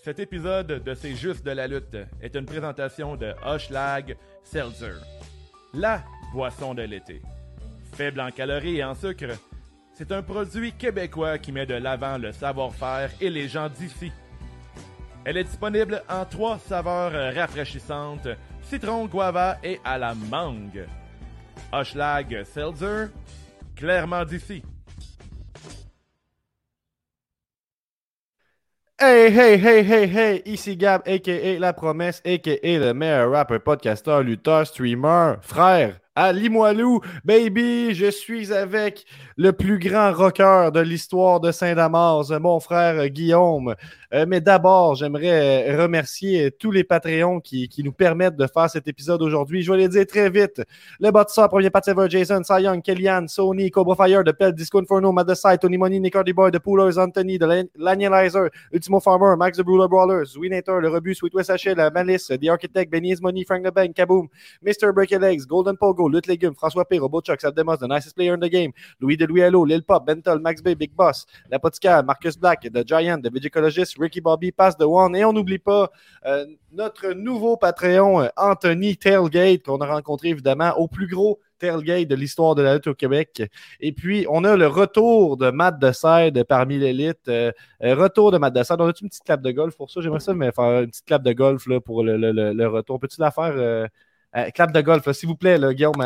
Cet épisode de C'est juste de la lutte est une présentation de Hochelag Seltzer, la boisson de l'été. Faible en calories et en sucre, c'est un produit québécois qui met de l'avant le savoir-faire et les gens d'ici. Elle est disponible en 3 saveurs rafraîchissantes, citron, guava et à la mangue. Hochelag Seltzer, clairement d'ici. Hey, ici Gab, a.k.a. La Promesse, a.k.a. le meilleur rapper, podcasteur, lutteur, streamer, frère, à Limoilou, baby, je suis avec le plus grand rocker de l'histoire de Saint-Damas, mon frère Guillaume. Mais d'abord, j'aimerais remercier tous les Patreons qui nous permettent de faire cet épisode aujourd'hui. Je vais les dire très vite. Le bâtisseur, premier Patsever, Jason, Cy Young, Kellyanne, Sony, Cobra Fire, de Pell, Disco Inferno, Mad The Side, Tony Money, Nick Hardy Boy, The Poolers, Anthony, de l'Anializer, Ultimo Farmer, Max the Brawler Brawlers, Winator, Le Rebut, Sweet West Hachel, La Malice, The Architect, Benny's Money, Frank the Bank, Kaboom, Mr. Break Your Legs, Golden Pogo, Lutte Légumes, François P, Robot Chuck, Sab Demos, The Nicest Player in the Game, Louis de Louis Hello, Lil Pop, Bentol, Max Bay, Big Boss, L'Apothicaire, Marcus Black, The Giant, The Vigicologist, Ricky Bobby, Pass the One, et on n'oublie pas notre nouveau Patreon, Anthony Tailgate, qu'on a rencontré évidemment au plus gros tailgate de l'histoire de la lutte au Québec. Et puis, on a le retour de Matt Decide parmi l'élite. Retour de Matt Decide. On a-tu une petite clap de golf pour ça? J'aimerais ça mais faire une petite clap de golf là, pour le retour. Peux-tu la faire? Clap de golf, là, s'il vous plaît, là, Guillaume.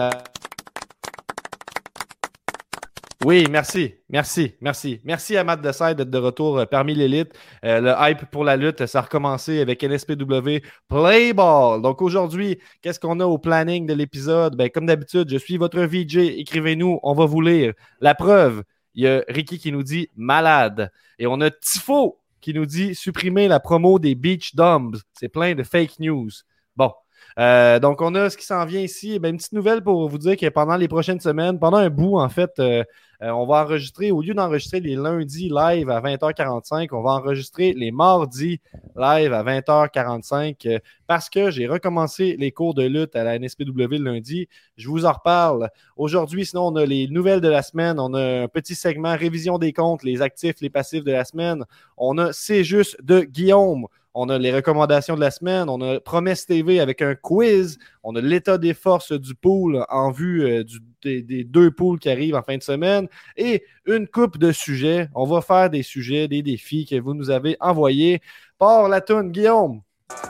Oui, merci à Matt Decide d'être de retour parmi l'élite. Le hype pour la lutte, ça a recommencé avec NSPW Play Ball. Donc aujourd'hui, qu'est-ce qu'on a au planning de l'épisode? Ben, comme d'habitude, je suis votre VJ. Écrivez-nous, on va vous lire. La preuve, il y a Ricky qui nous dit malade. Et on a Tifo qui nous dit supprimer la promo des Beach Doms. C'est plein de fake news. Bon. Donc, on a ce qui s'en vient ici. Ben, une petite nouvelle pour vous dire que pendant les prochaines semaines, pendant un bout, en fait, on va enregistrer, au lieu d'enregistrer les lundis live à 20h45, on va enregistrer les mardis live à 20h45 parce que j'ai recommencé les cours de lutte à la NSPW le lundi. Je vous en reparle aujourd'hui. Sinon, on a les nouvelles de la semaine. On a un petit segment révision des comptes, les actifs, les passifs de la semaine. On a C'est juste de Guillaume. On a les recommandations de la semaine. On a Promesse TV avec un quiz. On a l'état des forces du pool en vue des 2 pools qui arrivent en fin de semaine. Et une coupe de sujets. On va faire des sujets, des défis que vous nous avez envoyés. Par la toune, Guillaume.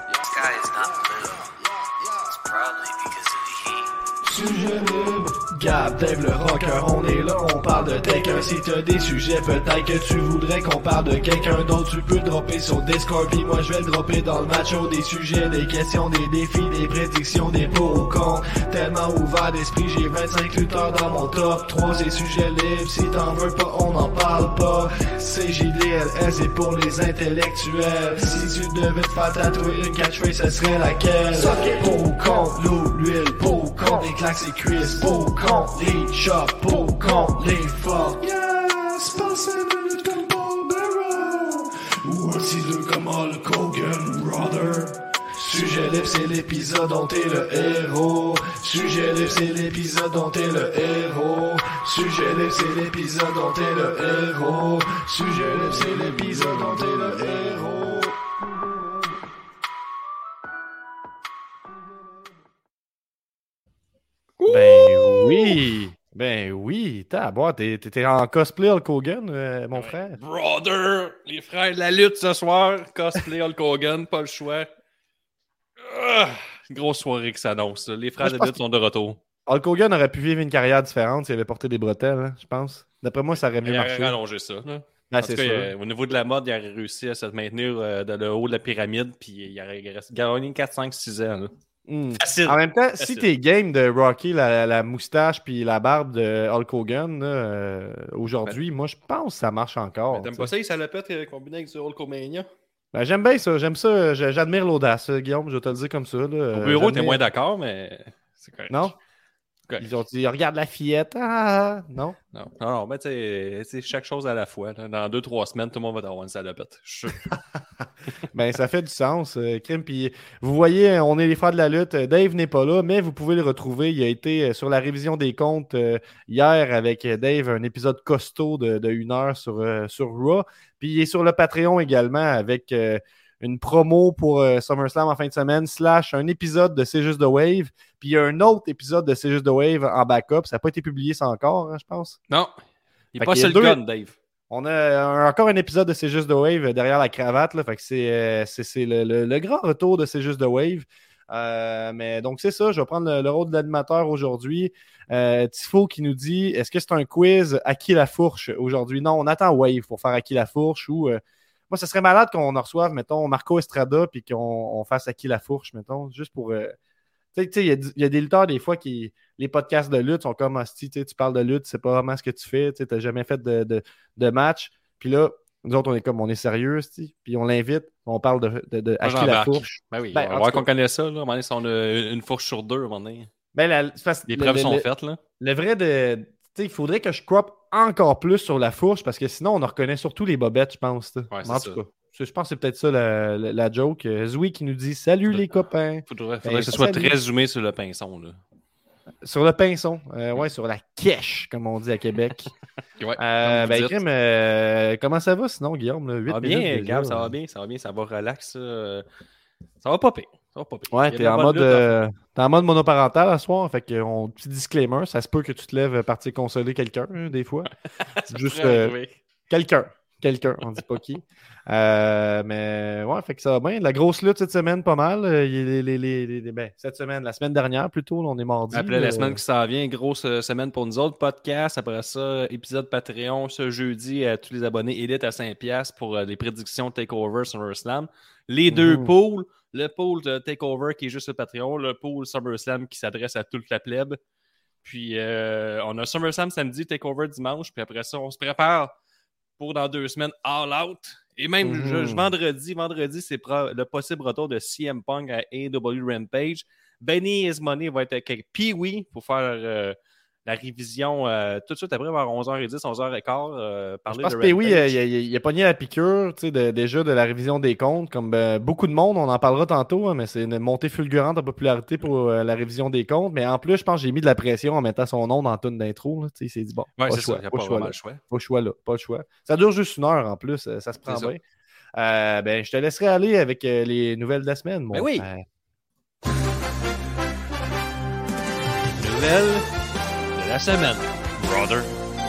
Sujet libre, Gab, Dave le rocker, on est là, on parle de quelqu'un. Si t'as des sujets, peut-être que tu voudrais qu'on parle de quelqu'un d'autre. Tu peux le dropper sur Discord, puis moi je vais le dropper dans le match-o. Des sujets, des questions, des défis, des prédictions, des pour ou contre. Tellement ouvert d'esprit, j'ai 25 lutteurs dans mon top 3. C'est sujet libre, si t'en veux pas, on n'en parle pas. CJDLS, c'est pour les intellectuels. Si tu devais te faire tatouer une catchphrase, ce serait laquelle? Pour ou contre, l'eau, l'huile, pour ou contre, les claques, c'est cuisses, pour ou contre, les chops, pour ou contre, les fuck. Yes, passez minutes comme Paul Bearer. Ou un ciseau comme Hulk Hogan, brother. Sujet libre, c'est l'épisode dont t'es le héros. Sujet libre, c'est l'épisode dont t'es le héros. Sujet libre, c'est l'épisode dont t'es le héros. Sujet libre, c'est l'épisode dont t'es le héros. Ben oui, t'es en cosplay Hulk Hogan, mon frère. Brother, les frères de la lutte ce soir, cosplay Hulk Hogan, pas le choix. Grosse soirée qui s'annonce. Les frères de lutte sont de retour. Hulk Hogan aurait pu vivre une carrière différente s'il avait porté des bretelles, hein, je pense. D'après moi, ça aurait mieux marché. Il aurait rallongé ça. Là. Ben, en tout cas, au niveau de la mode, il aurait réussi à se maintenir dans le haut de la pyramide, puis il aurait gagné 4, 5, 6 ans. Là. Facile. En même temps, si t'es game de rocker la moustache puis la barbe de Hulk Hogan aujourd'hui, moi je pense que ça marche encore. T'aimes pas ça, il salopette combiné avec du Hulkomania? Ben, j'aime bien ça, j'admire l'audace, Guillaume, je vais te le dire comme ça. Là. Au bureau, t'es moins d'accord, mais c'est correct. Non? Ils ont dit, regarde la fillette. Ah, non? Non, mais tu sais, chaque chose à la fois. Là. Dans 2-3 semaines, tout le monde va avoir une salopette. Je suis sûr. Ben, ça fait du sens, Crime. Puis, vous voyez, on est les frères de la lutte. Dave n'est pas là, mais vous pouvez le retrouver. Il a été sur la révision des comptes hier avec Dave, un épisode costaud de 1 heure sur Raw. Puis, il est sur le Patreon également avec une promo pour SummerSlam en fin de semaine, / un épisode de C'est juste de Wave. Puis il y a un autre épisode de C'est juste de Wave en backup. Ça n'a pas été publié ça encore, hein, je pense. Non, il n'est Fait pas qu'il y a sur le deux- gun, Dave. On a encore un épisode de C'est juste de Wave derrière la cravate. Là, fait que c'est le grand retour de C'est juste de Wave. Mais donc, c'est ça. Je vais prendre le rôle de l'animateur aujourd'hui. Tifo qui nous dit est-ce que c'est un quiz à qui la fourche aujourd'hui? Non, on attend Wave pour faire à qui la fourche ou. Moi, ce serait malade qu'on en reçoive, mettons, Marco Estrada puis qu'on fasse à qui la fourche, mettons, juste pour. Tu sais, il y a des lutteurs, des fois, qui. Les podcasts de lutte sont comme hostie, tu parles de lutte, c'est pas vraiment ce que tu fais, tu n'as jamais fait de match. Puis là, nous autres, on est sérieux, puis on l'invite, on parle de à qui la fourche. Ben oui, Ben, on va voir qu'on connaît ça. Là. À un moment donné, si on a une fourche sur 2, à un moment donné. Ben, Les preuves sont faites. Là. Le vrai il faudrait que je crop encore plus sur la fourche parce que sinon, on en reconnaît surtout les bobettes, je pense. Ouais, en tout cas, je pense que c'est peut-être ça la joke. Zoui qui nous dit salut les copains. Faudrait que ce soit très zoomé sur le pinson. Là. Sur le pinson, ouais, sur la quiche, comme on dit à Québec. Ouais, comment ça va sinon, Guillaume? Là, 8 ça va minutes bien, déjà, Gab, ça va bien, ça va relax. Ça va popper. Ouais, t'es en mode monoparental à soir, fait que petit disclaimer, ça se peut que tu te lèves partir consoler quelqu'un, des fois. Juste quelqu'un, on dit pas qui. Mais ouais, fait que ça va bien. La grosse lutte cette semaine, pas mal. Cette semaine, la semaine dernière plutôt, là, on est mardi. Après la semaine qui s'en vient, grosse semaine pour nous autres. Podcast, après ça, épisode Patreon ce jeudi à tous les abonnés Elite à 5$ pour les prédictions TakeOver SummerSlam. Les deux pools, le pool de TakeOver qui est juste sur Patreon, le pool SummerSlam qui s'adresse à toute la plèbe. Puis on a SummerSlam samedi, TakeOver dimanche, puis après ça, on se prépare pour dans 2 semaines All Out. Et même vendredi, c'est le possible retour de CM Punk à AEW Rampage. Benny Is Money va être avec Pee-Wee pour faire la révision tout de suite après, vers 11h10, 11h15. Je pense que Pee-Wee, il a pogné la piqûre déjà de la révision des comptes. Comme beaucoup de monde, on en parlera tantôt, hein, mais c'est une montée fulgurante en popularité pour la révision des comptes. Mais en plus, je pense que j'ai mis de la pression en mettant son nom dans la tune d'intro. Là. Il s'est dit, bon, ouais, pas le choix. Pas le choix là, pas le choix. Ça dure juste 1 heure en plus, ça se prend bien. Je te laisserai aller avec les nouvelles de la semaine. Moi. Ben oui. Nouvelles de la semaine, brother.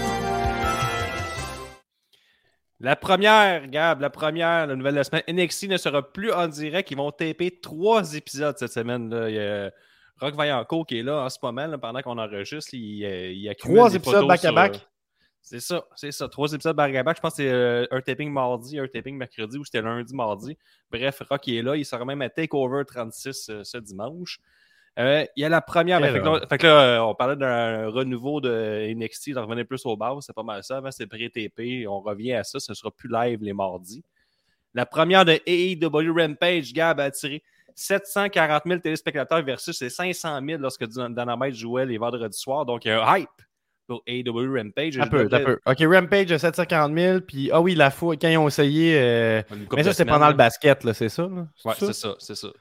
La première, Gab, la nouvelle de la semaine. NXT ne sera plus en direct. Ils vont taper 3 épisodes cette semaine. Là. Il y a Rock Vaillancourt qui est là en ce moment, là, pendant qu'on enregistre. Il accumule 3 des épisodes back-à-back. C'est ça. 3 épisodes back-à-back. Je pense que c'est un taping mardi, un taping mercredi ou c'était lundi, mardi. Bref, Rock est là. Il sera même à TakeOver 36 ce dimanche. Il y a la première. Fait que là, on parlait d'un renouveau de NXT. On revenait plus au bar. C'est pas mal ça. Avant, c'est pré-TP. On revient à ça. Ce ne sera plus live les mardis. La première de AEW Rampage, Gab, a attiré 740 000 téléspectateurs versus les 500 000 lorsque Dynamite jouait les vendredis soirs. Donc, il y a un hype pour AEW Rampage. Un peu. OK, Rampage a 740 000. Puis, ah oui, la fois, quand ils ont essayé. Mais ça, c'est pendant le basket, là, c'est ça? Là? Ouais, c'est ça.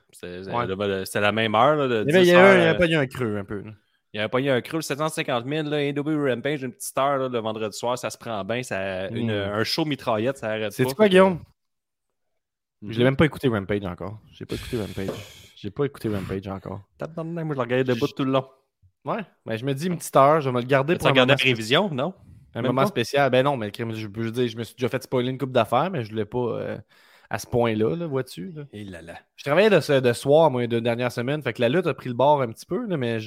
C'était la même heure. Là, il y avait pas eu un creux un peu. Là. Il y avait pas eu un creux, 750 000. Là, AEW Rampage, une petite heure là, le vendredi soir, ça se prend bien. Un show mitraillette, ça arrête pas. C'est quoi, Guillaume? Je l'ai même pas écouté Rampage encore. J'ai pas écouté Rampage encore. Tape dans le nez, moi je l'ai regardé debout tout le long. Ouais, mais je me dis une petite heure, je vais me le garder pour regarder la révision, non? Un moment spécial. Ben non, mais je me suis déjà fait spoiler une coupe d'affaires, mais je voulais pas à ce point-là, là, vois-tu? Là. Et là. Je travaillais de soir, moi, de dernière semaine, fait que la lutte a pris le bord un petit peu, là, mais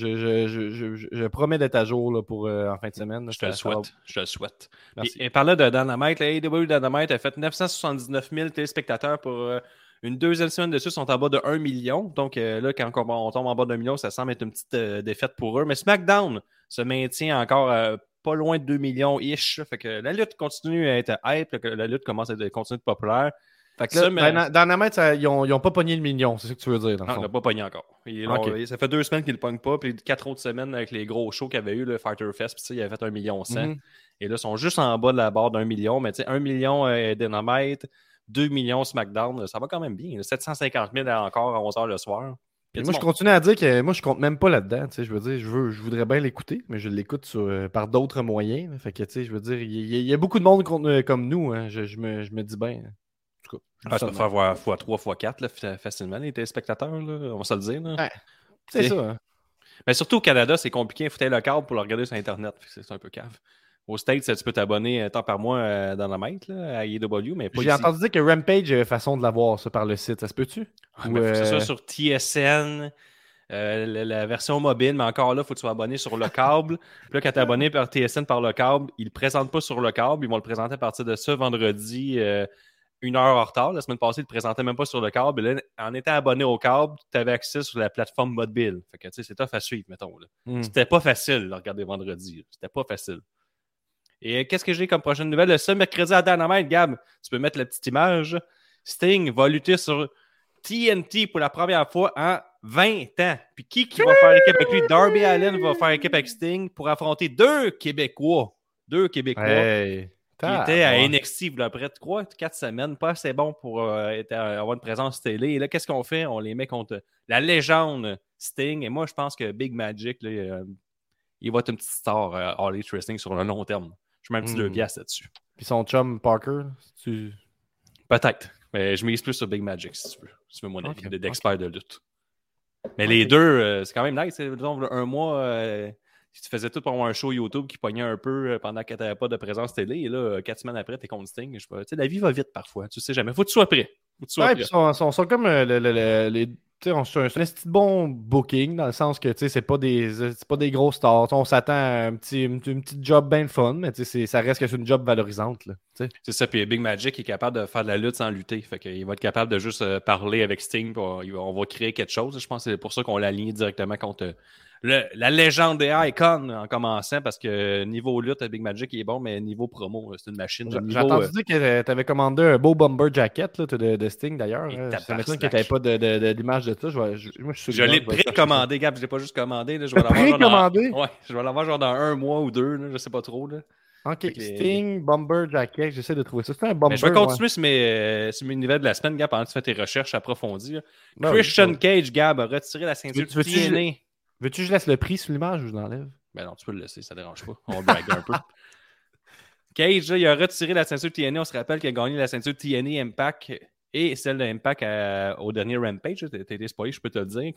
je promets d'être à jour là, pour en fin de semaine. Là, je te le souhaite. Merci. Et parlant de Dynamite, la AEW Dynamite a fait 979 000 téléspectateurs pour une 2e semaine dessus, sont en bas de 1 million. Donc là, quand on tombe en bas de 1 million, ça semble être une petite défaite pour eux. Mais SmackDown se maintient encore pas loin de 2 millions-ish. Fait que la lutte continue à être hype, la lutte commence à continuer de populaire. Fait que là, Dynamite, ils n'ont pas pogné le million, c'est ce que tu veux dire. Dans le fond. Non, ils n'ont pas pogné encore. Ça fait 2 semaines qu'ils ne le pognent pas, puis 4 autres semaines avec les gros shows qu'il y avait eu, le Fighter Fest, puis il avait fait 1,1 million. Et là, ils sont juste en bas de la barre d'1 million, mais tu sais, 1 million Dynamite, 2 millions SmackDown, ça va quand même bien. 750 000 encore à 11h le soir. Moi, je continue à dire que moi, je compte même pas là-dedans. Je veux dire, je voudrais bien l'écouter, mais je l'écoute par d'autres moyens. Fait que, je veux dire, il y a beaucoup de monde comme nous. Hein, je me dis bien. tout cas. Tu peux faire voir x3, x4 là, facilement, les téléspectateurs, là, on va se le dire. Là. Ouais, c'est ça. Hein. Mais surtout au Canada, c'est compliqué. Il faut aller le câble pour le regarder sur Internet. C'est un peu cave. Aux States, tu peux t'abonner un temps par mois dans la mètre là, à EW, mais pas J'ai ici. entendu dire que Rampage avait façon de l'avoir, ça, par le site. Ça se peut-tu? Il faut que ce soit sur TSN, la version mobile, mais encore là, il faut que tu sois abonné sur le câble. Puis là, quand tu es abonné par TSN par le câble, ils ne le présentent pas sur le câble. Ils vont le présenter à partir de ce vendredi, 1 heure en retard. La semaine passée, ils ne le présentaient même pas sur le câble. Et là, en étant abonné au câble, tu avais accès sur la plateforme mobile. Fait que, tu sais, c'est tough à suivre, mettons. Là. C'était pas facile de regarder vendredi. Là. C'était pas facile. Et qu'est-ce que j'ai comme prochaine nouvelle? Ce mercredi à Dynamite, Gab, tu peux mettre la petite image. Sting va lutter sur TNT pour la première fois en 20 ans. Puis qui va faire équipe avec lui? Darby Allin va faire équipe avec Sting pour affronter deux Québécois. Hey. Qui étaient à NXT il y a après 3-4 semaines. Pas assez bon pour avoir une présence télé. Et là, qu'est-ce qu'on fait? On les met contre la Sting. Et moi, je pense que Big Magic, là, il va être une petite star All Elite Wrestling sur le long terme. Je mets un petit 2 piastres là-dessus. Puis son chum Parker, Peut-être. Mais je mise plus sur Big Magic, si tu veux. Si tu veux mon avis d'expert de lutte. Mais les deux, c'est quand même nice. Disons, un mois, si tu faisais tout pour avoir un show YouTube qui pognait un peu pendant que tu n'avais pas de présence télé, et là, 4 semaines après, tu es contre Sting. Tu sais, la vie va vite parfois. Tu sais jamais. Faut que tu sois prêt. Puis sont comme les... C'est un petit bon booking dans le sens que c'est pas des gros stars. On s'attend à une petite job bien fun, mais ça reste que c'est une job valorisante. Là, c'est ça, puis Big Magic est capable de faire de la lutte sans lutter. Fait qu'il va être capable de juste parler avec Sting. On va créer quelque chose. Je pense que c'est pour ça qu'on l'a aligné directement contre la légende des Icons en commençant, parce que niveau lutte, Big Magic il est bon, mais niveau promo, c'est une machine. J'ai entendu dire que tu avais commandé un beau bomber jacket là, de Sting d'ailleurs. Ça m'étonne que tu n'avais pas d'image de ça. Je l'ai précommandé, Gab. Je ne l'ai pas juste commandé. Là. Je vais je vais l'avoir genre dans 1 mois ou 2. Là, je ne sais pas trop. Là. OK, Sting, bomber jacket. J'essaie de trouver ça. C'est un bomber. Mais je vais continuer sur mes nouvelles de la semaine, Gab, pendant que tu fais tes recherches approfondies. Christian Cage, Gab, a retiré la ceinture TNA. Veux-tu que je laisse le prix sur l'image ou je l'enlève? Ben non, tu peux le laisser, ça ne dérange pas. On va braguer un peu. Cage, là, il a retiré la ceinture TNA. On se rappelle qu'il a gagné la ceinture TNA Impact et celle de Impact au dernier Rampage. T'as été spoilé, je peux te le dire,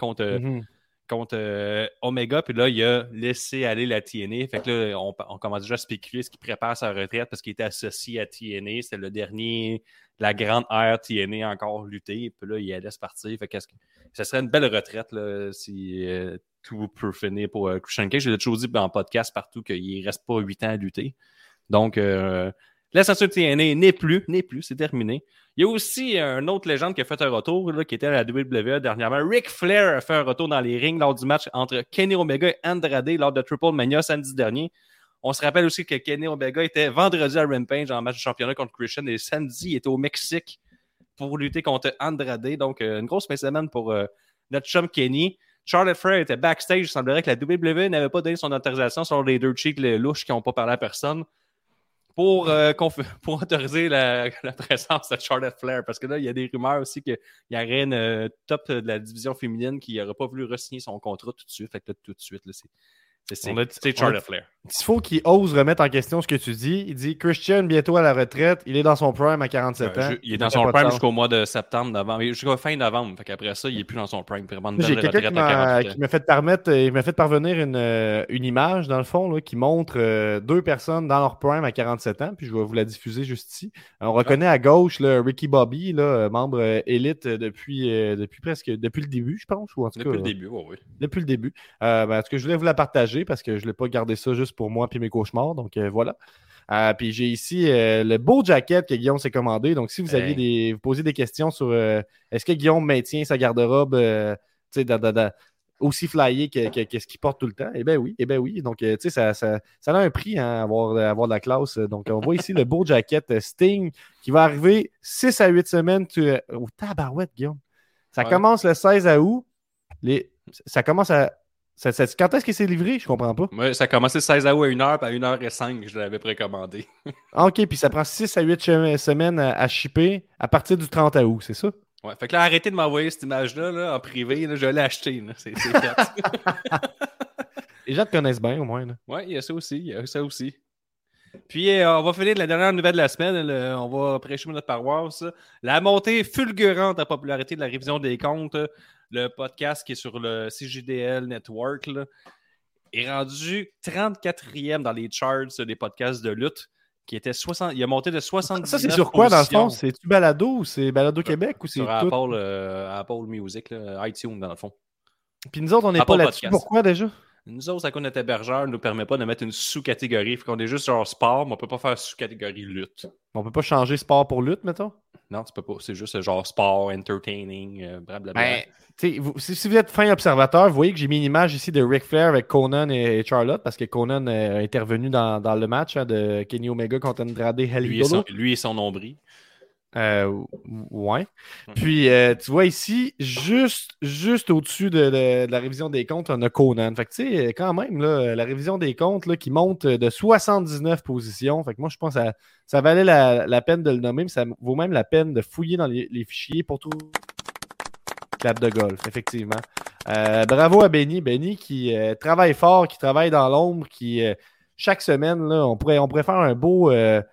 contre Omega. Puis là, il a laissé aller la TNA. Fait que là, on commence déjà à spéculer ce qu'il prépare sa retraite parce qu'il était associé à TNA. C'était le dernier, la grande ère TNA encore lutter. Puis là, il laisse partir. Fait que ça serait une belle retraite là, si tout peut finir pour Christian Cage. J'ai toujours dit en podcast partout qu'il ne reste pas 8 ans à lutter. Donc, la ceinture TNA n'est plus, c'est terminé. Il y a aussi une autre légende qui a fait un retour, là, qui était à la WWE dernièrement. Ric Flair a fait un retour dans les rings lors du match entre Kenny Omega et Andrade lors de Triple Mania samedi dernier. On se rappelle aussi que Kenny Omega était vendredi à Rampage en match de championnat contre Christian et samedi, il était au Mexique pour lutter contre Andrade. Donc, une grosse fin de semaine pour notre chum Kenny. Charlotte Flair était backstage. Il semblerait que la WWE n'avait pas donné son autorisation sur les dirt sheets louches qui n'ont pas parlé à personne pour autoriser la présence de Charlotte Flair. Parce que là, il y a des rumeurs aussi qu'il y aurait une top de la division féminine qui n'aurait pas voulu re-signer son contrat tout de suite. Fait que là, tout de suite, là, c'est Charlotte Flair. Il faut qu'il ose remettre en question ce que tu dis. Il dit Christian, bientôt à la retraite. Il est dans son prime à 47 ans. Il est dans son prime jusqu'au mois de septembre, novembre, jusqu'à fin novembre. Fait qu'après ça, il n'est plus dans son prime. J'ai quelqu'un qui m'a fait parvenir une image, dans le fond, là, qui montre 2 personnes dans leur prime à 47 ans. Puis je vais vous la diffuser juste ici. On reconnaît à gauche là, Ricky Bobby, là, membre élite depuis le début, je pense. Ou en tout cas, depuis le début, oui. Depuis le début. En tout cas, je voulais vous la partager parce que je ne l'ai pas gardé ça juste pour moi et mes cauchemars. Donc voilà. Puis j'ai ici le beau jacket que Guillaume s'est commandé. Donc si vous aviez vous posez des questions sur est-ce que Guillaume maintient sa garde-robe aussi flyée que ce qu'il porte tout le temps, eh bien oui. Donc ça a un prix hein, avoir de la classe. Donc on voit ici le beau jacket Sting qui va arriver 6 à 8 semaines au tabarouette, Guillaume. Ça commence le 16 août. Ça commence à quand est-ce que c'est livré? Je comprends pas. Ouais, ça a commencé le 16 août à 1h, puis à 1h05, je l'avais précommandé. OK, puis ça prend 6 à 8 semaines à shipper à partir du 30 août, c'est ça? Ouais, fait que là, arrêtez de m'envoyer cette image-là là, en privé. Là, je l'ai acheté. Là. C'est fait. Les gens te connaissent bien, au moins. Oui, il y a ça aussi. Puis, on va finir de la dernière nouvelle de la semaine. On va prêcher notre paroisse. La montée fulgurante en popularité de la révision des comptes, le podcast qui est sur le CJDL Network, là, est rendu 34e dans les charts des podcasts de lutte. Qui était 60... Il a monté de 70. Ça, c'est sur quoi, dans le fond? C'est-tu Balado ou c'est Balado Québec ou c'est sur tout? Apple Music, là, iTunes, dans le fond. Puis nous autres, on n'est pas là-dessus. Pourquoi, déjà? Nous autres, à cause de notre hébergeur, ne nous permet pas de mettre une sous-catégorie. Fait qu'on est juste genre sport, mais on peut pas faire sous-catégorie lutte. On peut pas changer sport pour lutte, mettons? Non, tu peux pas. C'est juste genre sport, entertaining, blablabla. Ben, si vous êtes fin observateur, vous voyez que j'ai mis une image ici de Ric Flair avec Conan et Charlotte, parce que Conan a intervenu dans le match de Kenny Omega contre Andrade El Idolo. Lui et son nombril. Ouais. Puis, tu vois ici, juste au-dessus de la révision des comptes, on a Conan. Fait que, tu sais, quand même, là, la révision des comptes là, qui monte de 79 positions. Fait que moi, je pense que ça valait la peine de le nommer, mais ça vaut même la peine de fouiller dans les fichiers pour tout clap de golf, effectivement. Bravo à Benny. Benny qui travaille fort, qui travaille dans l'ombre, qui, chaque semaine, là, on pourrait faire un beau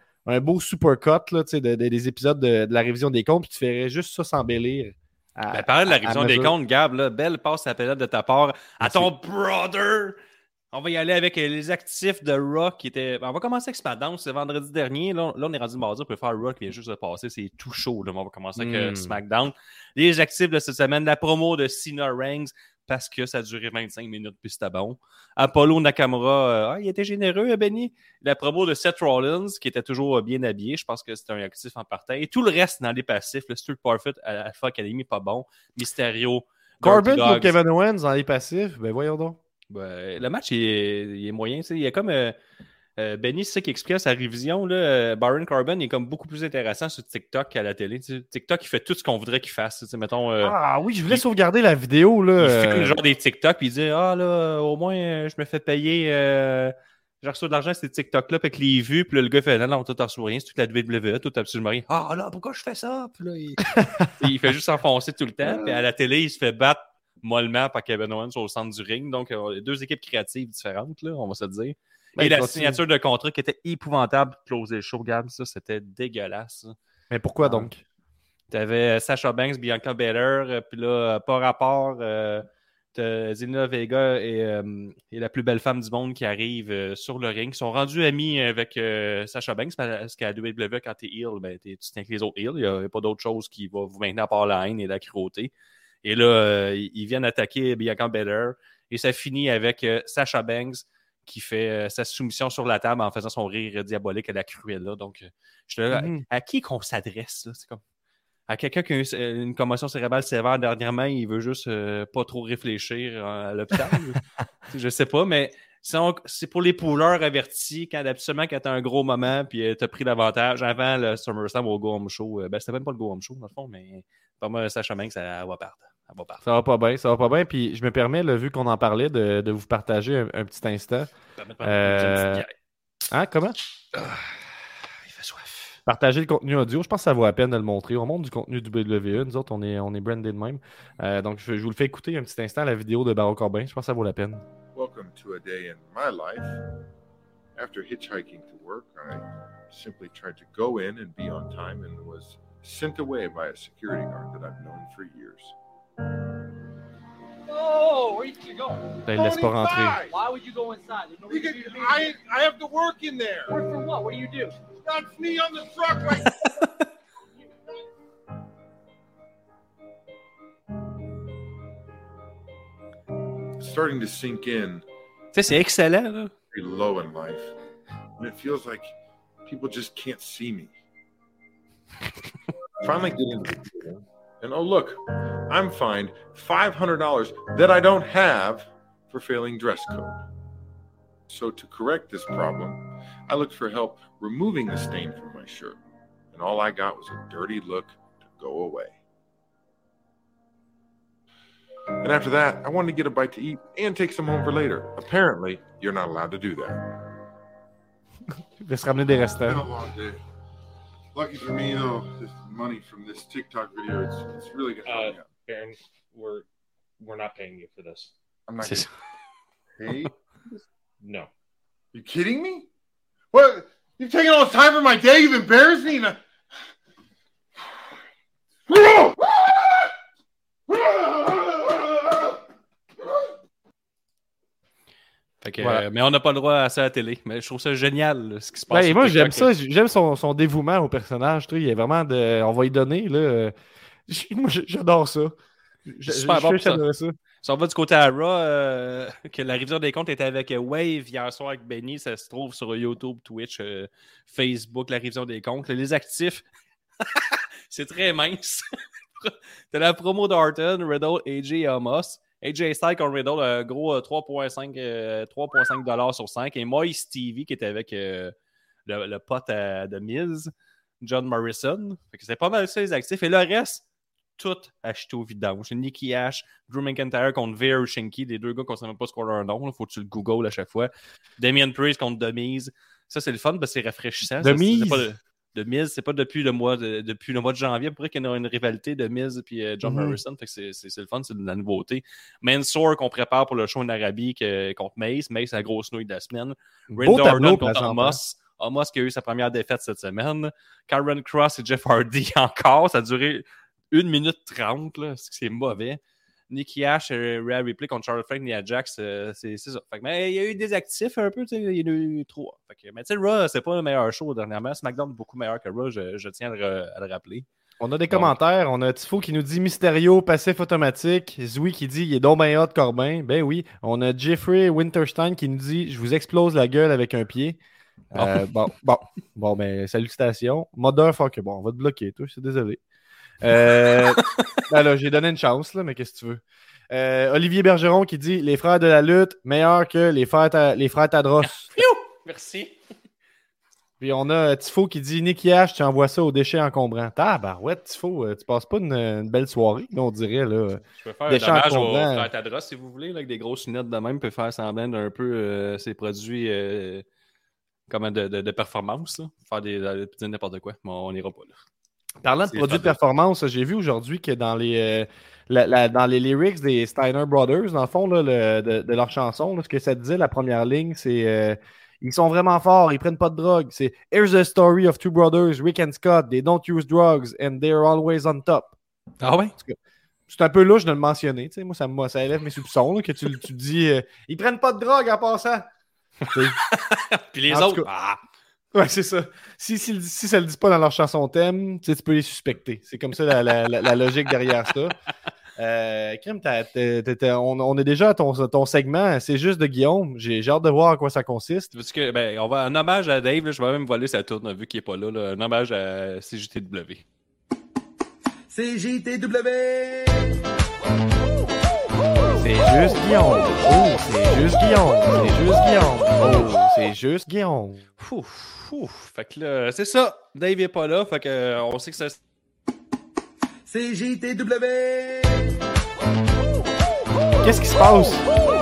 supercut là, des épisodes de la révision des comptes, puis tu ferais juste ça s'embellir. Parle de la révision des comptes, Gab, là, belle passe à la de ta part à ton brother. On va y aller avec les actifs de Raw qui étaient. On va commencer avec SmackDown, c'est vendredi dernier. Là, on est rendu mardi, on peut faire Raw qui vient juste de passer, c'est tout chaud. Là. On va commencer avec SmackDown. Les actifs de cette semaine, la promo de Cena Reigns, parce que ça a duré 25 minutes, puis c'était bon. Apollo Nakamura, il était généreux, Benny. La promo de Seth Rollins, qui était toujours bien habillé, je pense que c'était un actif en partant. Et tout le reste dans les passifs, le Street Profit, Alpha Academy, pas bon. Mysterio, Corbin pour Kevin Owens dans les passifs, ben voyons donc. Le match, il est moyen. Il y a comme Benny, c'est ça qui explique sa révision. Là, Baron Corbin est comme beaucoup plus intéressant sur TikTok qu'à la télé. TikTok, il fait tout ce qu'on voudrait qu'il fasse. Mettons, ah oui, je voulais sauvegarder la vidéo. Là, il fait le genre des TikTok, puis il dit là, au moins, je me fais payer. J'ai reçu de l'argent, c'est TikTok-là, puis avec les vues. Puis là, le gars fait non, toi, t'en reçois rien, c'est toute la WWE, tout absolument rien. Ah là, pourquoi je fais ça? Puis là, il fait juste s'enfoncer tout le temps. Puis à la télé, il se fait battre mollement par Kevin Owens au centre du ring. Donc, deux équipes créatives différentes, là, on va se le dire. Et la signature de contrat qui était épouvantable pour closer le show, Gab, ça, c'était dégueulasse. Ça. Mais pourquoi donc? Tu avais Sasha Banks, Bianca Belair, puis là, par rapport, t'as Zelina Vega et la plus belle femme du monde qui arrive sur le ring. Ils sont rendus amis avec Sasha Banks parce qu'à WWE, quand t'es heel, ben, tu tiens que les autres heels. Il n'y a pas d'autre chose qui va vous maintenir à part la haine et la cruauté. Et là, ils viennent attaquer Bianca Belair et ça finit avec Sasha Banks qui fait sa soumission sur la table en faisant son rire diabolique à la Cruella. Donc, je là, à qui qu'on s'adresse? Là? C'est comme à quelqu'un qui a une commotion cérébrale sévère dernièrement, il veut juste pas trop réfléchir à l'hôpital. Je sais pas, mais c'est pour les poolers avertis quand absolument quand t'as un gros moment puis t'as pris l'avantage avant le SummerSlam au Go Home Show. C'était même pas le Go Home Show, dans le fond, mais pas mal Sasha Banks, ça va perdre. Ça va pas bien. Puis je me permets, là, vu qu'on en parlait, de vous partager un petit instant. Comment? Il fait soif. Partager le contenu audio, je pense que ça vaut la peine de le montrer. On montre du contenu du WWE. Nous autres, on est branded même. Donc, je vous le fais écouter un petit instant, la vidéo de Baron Corbin. Je pense que ça vaut la peine. Welcome to a day in my life. After hitchhiking to work, I simply tried to go in and be on time and was sent away by a security guard that I've known for years. Oh, where you going? Ben, il laisse pas rentrer. Why would you go inside? There's nobody Because for you to be I have to work in there. Work for what? What do you do? That's me on the truck. Like... It's starting to sink in. Tu sais, c'est excellent, là. Very low in life. And it feels like people just can't see me. Finally get into the deal. And oh, look, I'm fined $500 that I don't have for failing dress code. So to correct this problem, I looked for help removing the stain from my shirt. And all I got was a dirty look to go away. And after that, I wanted to get a bite to eat and take some home for later. Apparently, you're not allowed to do that. Il va se ramener des It's been restants. a long day. Lucky for me, though, this money from this TikTok video, it's really gonna help me out. Baron, we're not paying you for this. I'm not C'est gonna pay. No. You kidding me? What? You're taking all this time from my day. You've embarrassed me. Fait que, Voilà. mais on n'a pas le droit à ça à la télé. Mais je trouve ça génial, là, ce qui se passe. Ben, sur moi, TikTok. j'aime ça. J'aime son dévouement au personnage. Tu sais, il y a vraiment de. On va y donner. Là. Moi, j'adore ça. C'est super bon pour ça. J'adorais ça. Si on va du côté à Raw, que la révision des comptes était avec Wave hier soir avec Benny, ça se trouve sur YouTube, Twitch, Facebook, la révision des comptes. Les actifs, c'est très mince. T'as la promo d'Orton, Riddle, AJ et Amos. AJ Styles contre Riddle, un gros 3,5$ sur 5. Et Moise TV qui était avec le pote de Miz, John Morrison. Fait que c'est pas mal ça les actifs. Et le reste, tout acheté au vidange. Nikki Ash, Drew McIntyre contre Veer Shinky, les deux gars qu'on ne sait même pas ce qu'on leur nom. Il faut que tu le googles à chaque fois. Damien Priest contre The Miz. Ça, c'est le fun parce que c'est rafraîchissant. The Miz? The Miz, c'est pas depuis le mois de janvier. Pour qu'il y ait une rivalité de Miz et John Morrison. Fait que c'est le fun, c'est de la nouveauté. Mansoor qu'on prépare pour le show en Arabie contre Mace. Mace, la grosse nouille de la semaine. Randy Orton contre Amos. Amos qui a eu sa première défaite cette semaine. Karen Cross et Jeff Hardy encore. Ça a duré 1 minute 30, là, c'est mauvais. Nikki Ash et Rhea Ripley contre Charlotte Flair et Nia Jax, c'est ça. Fait que, mais il y a eu des actifs un peu, il y en a eu 3. Fait que, mais tu sais, Raw, c'est pas le meilleur show dernièrement. SmackDown est beaucoup meilleur que Raw, je tiens à le rappeler. On a des commentaires. On a Tifo qui nous dit Mysterio, passif automatique. Zoui qui dit il est donc bien hot, Corbin. Ben oui. On a Jeffrey Winterstein qui nous dit je vous explose la gueule avec un pied. Bon, ben, salutations. Motherfucker. Bon, on va te bloquer, toi, je suis désolé. Ben là, j'ai donné une chance, là, mais qu'est-ce que tu veux? Olivier Bergeron qui dit les frères de la lutte, meilleurs que les frères Tadros. Merci. Puis on a Tifo qui dit Nicky Ash, tu envoies ça aux déchets encombrants. Tabarouette, Tifo, tu passes pas une belle soirée, là, on dirait. Là. Je peux faire un Déchets hommage aux encombrants. frères Tadros, si vous voulez, là, avec des grosses lunettes de même, peut faire semblant d'un peu ces produits comme de performance, là. Faire dire n'importe quoi, mais on n'ira pas là. Parlant de produits de performance, j'ai vu aujourd'hui que dans les lyrics des Steiner Brothers, dans le fond, là, de leur chanson, là, ce que ça disait, la première ligne, c'est ils sont vraiment forts, ils prennent pas de drogue. C'est Here's the story of two brothers, Rick and Scott, they don't use drugs and they're always on top. Ah ouais? C'est un peu louche de le mentionner. Tu sais, moi, ça élève mes soupçons là, que tu dis ils prennent pas de drogue en passant. Puis les en autres, Ouais, c'est ça. Si ça le dit pas dans leur chanson thème, tu peux les suspecter. C'est comme ça la logique derrière ça. Crime, on est déjà à ton segment. C'est juste de Guillaume. J'ai hâte de voir à quoi ça consiste. Veux-tu que, on va un hommage à Dave, là, je vais même voler sa tourne vu qu'il n'est pas là, là. Un hommage à CJTW. CJTW! C'est juste Guillaume. Oh, c'est juste Guillaume. C'est juste Guillaume. Oh, c'est juste Guillaume. Fait que là, c'est ça. Dave n'est pas là. Fait que on sait que ça. CJTW! Qu'est-ce qui se passe?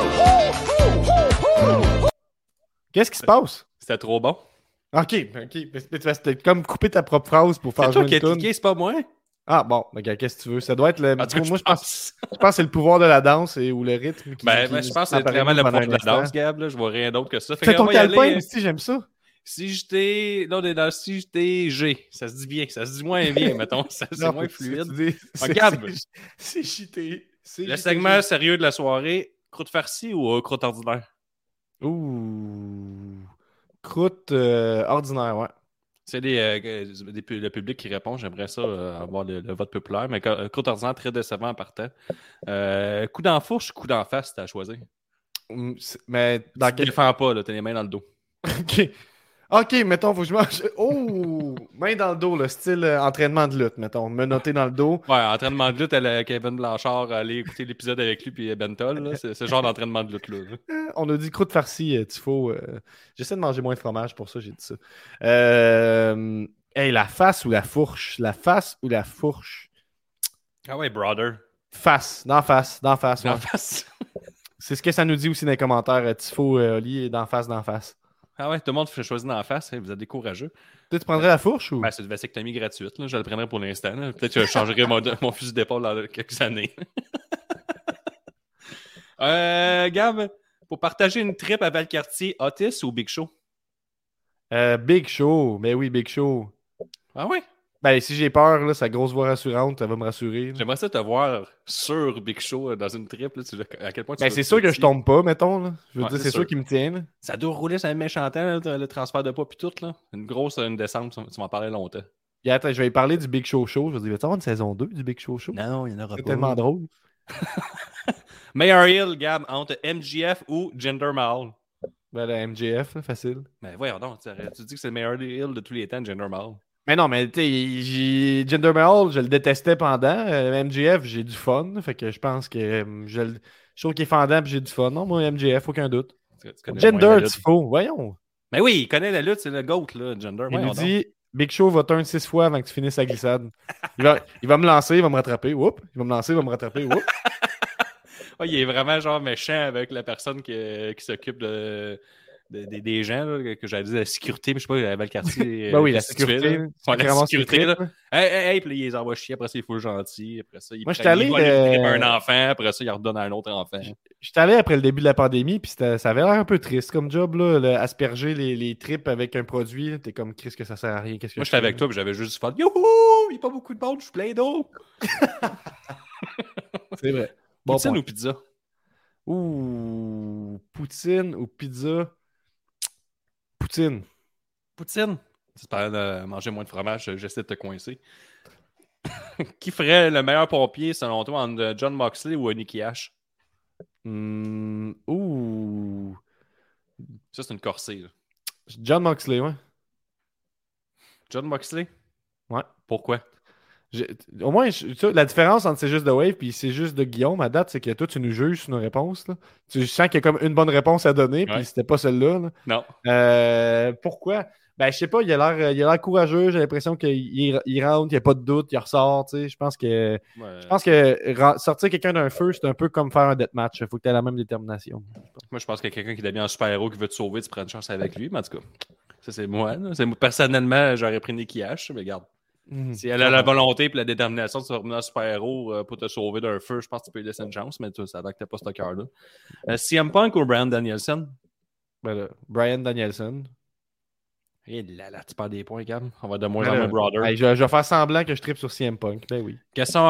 Qu'est-ce qui se passe? C'était trop bon. Ok. Tu vas comme couper ta propre phrase pour faire C'est toi jouer qui une as toune. cliqué, c'est pas moi. Ah bon, regarde, qu'est-ce que tu veux? Ça doit être le. En tout cas, moi, je pense que c'est le pouvoir de la danse ou le rythme qui. Je pense que c'est vraiment le pouvoir de la danse, Gab. Là. Je vois rien d'autre que ça. Fais ton qu'on va y calepin aller. aussi, j'aime ça. Si j'étais. Là, on est dans si j'étais G. Ça se dit bien. Ça se dit moins bien, mettons. C'est Non, moins faut que fluide. tu dis- Regarde. C'est cheaté. Le segment sérieux de la soirée, croûte farcie ou croûte ordinaire? Ouh. Croûte ordinaire, ouais. C'est le public qui répond. J'aimerais ça avoir le vote populaire. Mais croûte ordinaire, très décevant en partant. Coup d'en fourche, coup d'en face, t'as à choisir. Mais Dans dans quel défends pas, là, t'as les mains dans le dos. Ok, mettons, faut que je mange. Oh! Main dans le dos, le style entraînement de lutte, mettons. Me noter dans le dos. Ouais, entraînement de lutte, Kevin Blanchard, aller écouter l'épisode avec lui puis Bentol. Là, c'est ce genre d'entraînement de lutte-là. On a dit croûte farcie, Tifo. J'essaie de manger moins de fromage, pour ça j'ai dit ça. Hey, la face ou la fourche? La face ou la fourche? Ah ouais, brother. Face, d'en face. D'en Ouais. face. C'est ce que ça nous dit aussi dans les commentaires. Tifo, Oli, d'en face. Ah ouais, tout le monde fait choisir d'en face. Hein, vous êtes des courageux. Tu prendrais la fourche ou? Ben, c'est une vasectomie gratuite. Là, je le prendrais pour l'instant. Là. Peut-être que je changerai mon fusil d'épaule dans quelques années. Gab, pour partager une trip à Valcartier, Otis ou Big Show? Big Show. Ben oui, Big Show. Ah ouais? Ben, si j'ai peur, là, sa grosse voix rassurante, elle va me rassurer. Là. J'aimerais ça te voir sur Big Show dans une trip. Là, à quel point tu Ben, vas c'est sûr que je tombe pas, mettons. Là. Je veux Ouais, dire, c'est c'est sûr sûr. qu'il me tient. Là. Ça doit rouler sur un méchant temps, là, le transfert de poids puis tout. Là. Une descente, tu m'en parlais longtemps. Et attends, je vais lui parler du Big Show Show. Je vais dire, vas-tu avoir une saison 2 du Big Show Show? Non, il n'y en aura C'est tellement drôle. Meilleur heel, Gab, entre MJF ou Jinder Mahal. Ben, la MJF, là, facile. Mais voyons donc, tu dis que c'est le meilleur heel de tous les temps, Jinder Mahal. Mais non, mais tu sais, Jinder Mahal, je le détestais pendant. MJF, j'ai du fun. Fait que je pense que je trouve qu'il est fendant et j'ai du fun. Non, moi, MJF, aucun doute. Tu connais moins la Jinder, lutte. tu faux. Voyons. Mais oui, il connaît la lutte, c'est le GOAT, là, Jinder. Il Voyons nous donc. dit Big Show va turn 6 fois avant que tu finisses la glissade. Il va me lancer, il va me rattraper. Oups. Il va me lancer, il va me rattraper. Oups. Ouais, il est vraiment genre méchant avec la personne qui s'occupe des gens, là, que j'allais dire la sécurité, mais je sais pas, la Valcartier. Ben oui, la qu'est-ce que tu fais, sécurité. là? là. Ouais, la Vraiment sécurité, là. là. Hey, puis là, il les envoie chier, après ça, il faut le gentil, après ça, il Moi, j'étais allé, il vole une tripe à un enfant, après ça, il redonne à un autre enfant. J'étais allé après le début de la pandémie, puis ça avait l'air un peu triste comme job, là, asperger les tripes avec un produit. là. T'es comme, Chris, que ça sert à rien. Qu'est-ce que Moi, je j'étais fais, avec là? toi, puis j'avais juste du fun. Youhou! Il n'y a pas beaucoup de monde, je suis plein d'eau. C'est vrai. Bon Poutine point. ou pizza? Ouh, poutine ou pizza? Poutine. Poutine. Tu parlais de manger moins de fromage, j'essaie de te coincer. Qui ferait le meilleur pompier, selon toi, entre John Moxley ou Nicky Ash? Ouh. Ça, c'est une corsée. Là. John Moxley, ouais. John Moxley? Ouais. Pourquoi? Au moins, la différence entre C'est juste de Wave et C'est juste de Guillaume à date, c'est que toi, tu nous juges sur nos réponses. Là. Tu sens qu'il y a comme une bonne réponse à donner, puis Ouais. c'était pas celle-là. Là. Non. Pourquoi? Ben, je sais pas, il a l'air courageux, j'ai l'impression qu'il rentre, il n'y a pas de doute, il ressort, tu sais. Je pense que sortir quelqu'un d'un feu, c'est un peu comme faire un deathmatch. Il faut que tu aies la même détermination. Moi, je pense que quelqu'un qui devient un super-héros qui veut te sauver, tu prends une chance avec lui, mais en tout cas, ça, c'est moi. Là. Personnellement, j'aurais pris Nicky Ash, mais regarde. Si elle a la volonté et la détermination de se revenir un super-héros pour te sauver d'un feu, je pense que tu peux lui laisser une chance, mais ça va que tu n'as pas ce cœur-là. CM Punk ou Bryan Danielson? Ben là, Bryan Danielson. Et là, tu perds des points, Gab. On va de moins Ben en là, moins brother. je vais faire semblant que je tripe sur CM Punk. Ben oui. Question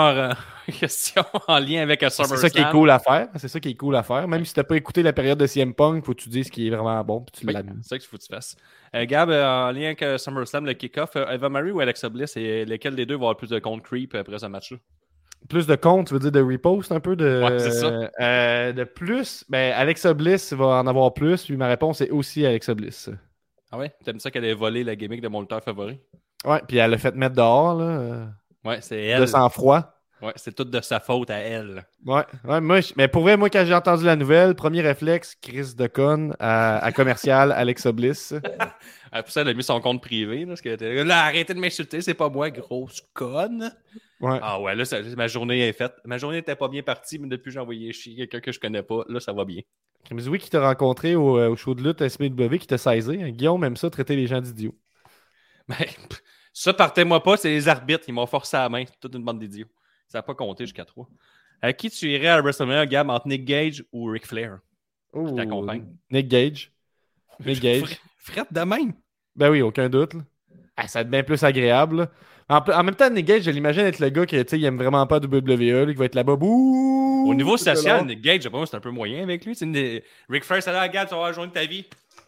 en lien avec un C'est SummerSlam. ça qui est cool à faire. C'est ça qui est cool à faire. Même si tu n'as pas écouté la période de CM Punk, faut que tu dises ce qui est vraiment bon puis tu Oui, l'amènes. c'est ça qu'il faut que tu fasses. Gab, en lien avec SummerSlam, le kick-off, Eva Marie ou Alexa Bliss, et lequel des deux va avoir plus de compte creep après ce match-là? Plus de comptes, tu veux dire de repost un peu de. Ouais, c'est ça. De plus, ben Alexa Bliss va en avoir plus, puis ma réponse est aussi Alexa Bliss. Ah ouais? T'aimes ça qu'elle ait volé la gimmick de mon lutteur favori? Ouais, puis elle l'a fait mettre dehors, là. Ouais, c'est elle. De sang-froid. Ouais, c'est tout de sa faute à elle. Ouais, mais pour vrai, moi, quand j'ai entendu la nouvelle, premier réflexe, Chris de Con à commercial Alexa Bliss. Après ça, elle a mis son compte privé. Là, parce qu'elle était là, arrêtez de m'insulter, c'est pas moi, grosse conne. Ouais. Ah ouais, là, ma journée est faite. Ma journée n'était pas bien partie, mais depuis que j'ai envoyé chier quelqu'un que je connais pas, là, ça va bien. Mais oui, qui t'a rencontré au show de lutte SMW, qui t'a saisi. Hein. Guillaume aime ça, traiter les gens d'idiots. Ben, ça, partez-moi pas, c'est les arbitres. Ils m'ont forcé à la main. Toute une bande d'idiots. Ça n'a pas compté jusqu'à 3. À qui tu irais à WrestleMania, Gab, entre Nick Gage ou Ric Flair? Oh, t'accompagne. Nick Gage. Nick Gage. Frette de même. Ben oui, aucun doute. Là. Ah, ça va être bien plus agréable. Là. En même temps, Nick Gage, je l'imagine être le gars qui il aime vraiment pas WWE, là, qui va être là-bas. Bouh! Au niveau social, Nick Gage, je sais pas, c'est un peu moyen avec lui. Ric Flair, ça là, Gab, tu vas avoir joindre ta vie.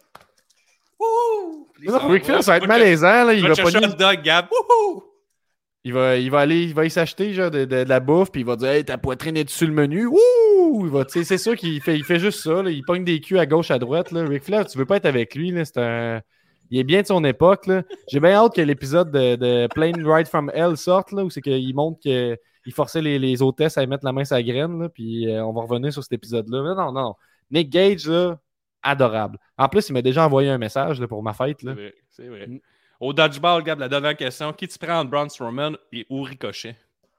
Wouhou! Ric Flair, ça va être malaisant. Là. Il va pas hot dog, Gab. Wouhou! Il va y s'acheter genre, de la bouffe, puis il va dire hey, ta poitrine est sur le menu. Ouh! C'est sûr qu'il fait juste ça. Là. Il pogne des culs à gauche, à droite. Là. Ric Flair, tu veux pas être avec lui. Là. Il est bien de son époque. Là. J'ai bien hâte que l'épisode de Plane Ride from Hell sorte, là, où c'est qu'il montre qu'il forçait les hôtesses à mettre la main sur la graine. Là, puis on va revenir sur cet épisode-là. Mais non. Nick Gage, là, adorable. En plus, il m'a déjà envoyé un message là, pour ma fête. Là. C'est vrai. Au dodgeball, Gab, la dernière question. Qui tu prends entre Braun Strowman ou Ricochet?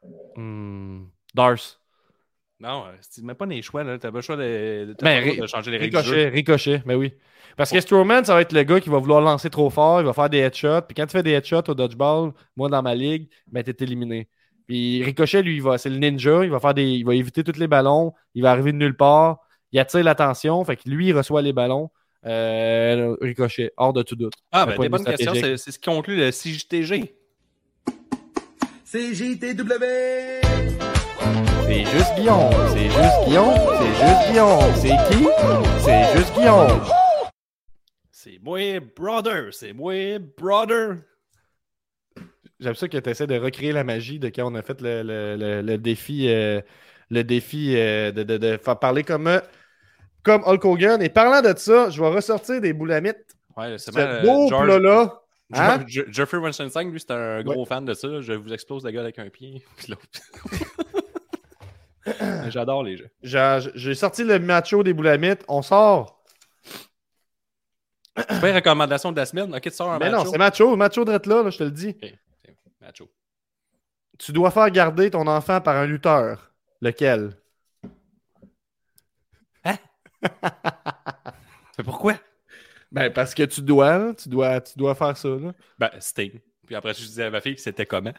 Dars. Non, tu mets pas les choix. Tu n'as pas le choix de changer les règles du jeu. Ricochet, mais oui. Parce que Strowman, ça va être le gars qui va vouloir lancer trop fort, il va faire des headshots. Puis quand tu fais des headshots au dodgeball, moi dans ma ligue, ben t'es éliminé. Puis Ricochet, lui, c'est le ninja, il va éviter tous les ballons, il va arriver de nulle part, il attire l'attention, fait que lui, il reçoit les ballons. Ricochet, hors de tout doute. Ah, Un ben, point des de vue bonnes questions. stratégique. C'est ce qui conclut le CJTG. C'est juste Guillaume. C'est juste Guillaume. C'est juste Guillaume. C'est qui? C'est juste Guillaume. C'est moi, brother. C'est moi, brother. J'aime ça que tu essaies de recréer la magie de quand on a fait le défi, de faire parler comme Hulk Hogan. Et parlant de ça, je vais ressortir des boulamites. Ouais, c'est Ce beau plat-là. Hein? Jeffrey Winston-Stein, lui, c'est un gros fan de ça. Je vous explose la gueule avec un pied. Puis l'autre. J'adore les jeux. J'ai sorti le macho des boulamites. On sort. C'est pas une recommandation de la semaine. Ok, tu sors un Mais macho. non, c'est macho. Macho drette là, je te le dis. Ok, c'est macho. Tu dois faire garder ton enfant par un lutteur. Lequel? Mais pourquoi? Ben, parce que tu dois faire ça. Là. Ben, Sting. Puis après, je disais à ma fille que c'était comment?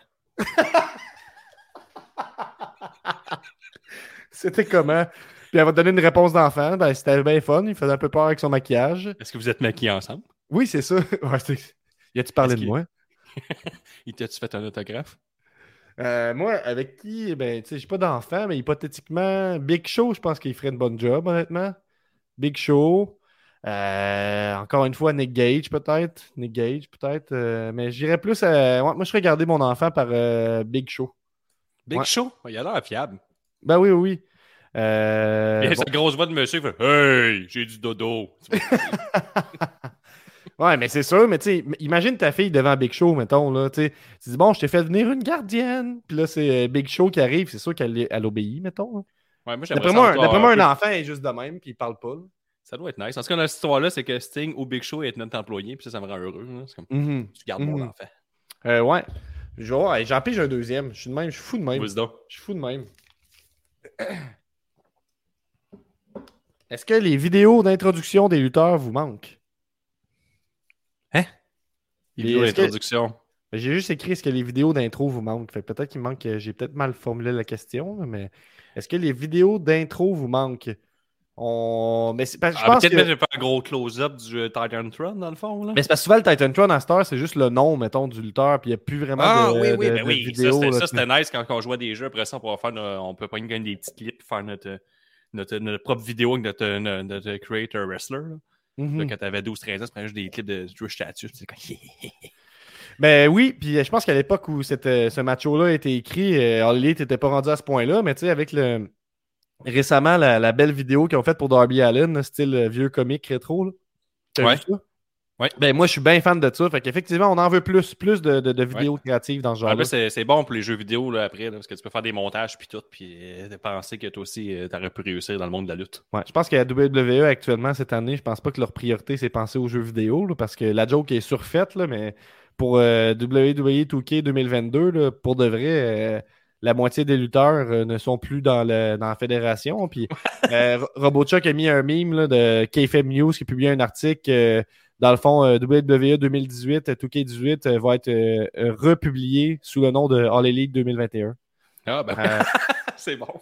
C'était comment? Puis elle va te donner une réponse d'enfant. Ben, c'était bien fun. Il faisait un peu peur avec son maquillage. Est-ce que vous êtes maquillés ensemble? Oui, c'est ça. Ouais, y a-tu parlé de moi? Il t'a-tu fait un autographe? Moi, avec qui? Ben, tu sais, j'ai pas d'enfant, mais hypothétiquement, Big Show, je pense qu'il ferait une bonne job, honnêtement. Big Show. Encore une fois, Nick Gage, peut-être. Mais j'irais plus à... ouais, moi, je ferais garder mon enfant par Big Show. Big Ouais. Show? Il a l'air fiable. Ben oui, oui. Il a Bon. cette grosse voix de monsieur, il fait Hey, j'ai du dodo. Ouais, mais c'est sûr, mais tu sais, imagine ta fille devant Big Show, mettons, là, tu sais. Tu dis, bon, je t'ai fait venir une gardienne. Puis là, c'est Big Show qui arrive, c'est sûr qu'elle obéit, mettons. Là. Ouais, moi, D'après moi, un enfant est juste de même, puis il parle pas. Là. Ça doit être nice. En tout cas, dans cette histoire-là, c'est que Sting ou Big Show est notre employé, puis ça me rend heureux. Là. C'est comme, tu gardes mon enfant. Ouais. J'en pige un deuxième. Je suis de même, je suis fou de même. Wisdom. Je suis fou de même. Est-ce que les vidéos d'introduction des lutteurs vous manquent? Vidéo d'introduction. J'ai juste écrit est-ce que les vidéos d'intro vous manquent. Fait que peut-être qu'il manque. J'ai peut-être mal formulé la question, là, mais est-ce que les vidéos d'intro vous manquent? Mais je pense peut-être que... que je vais faire un gros close-up du Titan Throne, dans le fond. Là. Mais c'est parce que souvent, le Titan Tron à Star, c'est juste le nom, mettons, du lutteur, puis il n'y a plus vraiment de vidéos. Ça, c'était nice quand on jouait des jeux. Après ça, on peut pas gagner des petits clips, faire notre propre vidéo avec notre creator wrestler. Là. Là, quand t'avais 12-13 ans, tu prenais juste des clips de Drew Statue. C'est comme... Ben oui, puis je pense qu'à l'époque où ce match-là a été écrit, All Elite n'était pas rendu à ce point-là, mais tu sais, avec récemment la belle vidéo qu'ils ont faite pour Darby Allin, style vieux comique rétro. Là. T'as vu ça? Ouais. Ben moi, je suis bien fan de ça. Fait qu'effectivement, on en veut plus de vidéos créatives dans ce genre-là. C'est bon pour les jeux vidéo là, après, là, parce que tu peux faire des montages puis tout, puis penser que toi aussi, t'aurais pu réussir dans le monde de la lutte. Ouais, je pense qu'à WWE actuellement, cette année, je pense pas que leur priorité, c'est penser aux jeux vidéo, là, parce que la joke est surfaite, là, mais pour WWE 2K 2022, là, pour de vrai, la moitié des lutteurs ne sont plus dans la fédération. Puis RoboChuck a mis un meme là, de KFM News qui publie un article. Dans le fond, WWE 2018, 2K18 va être republié sous le nom de All Elite 2021. Ah, ben, c'est bon.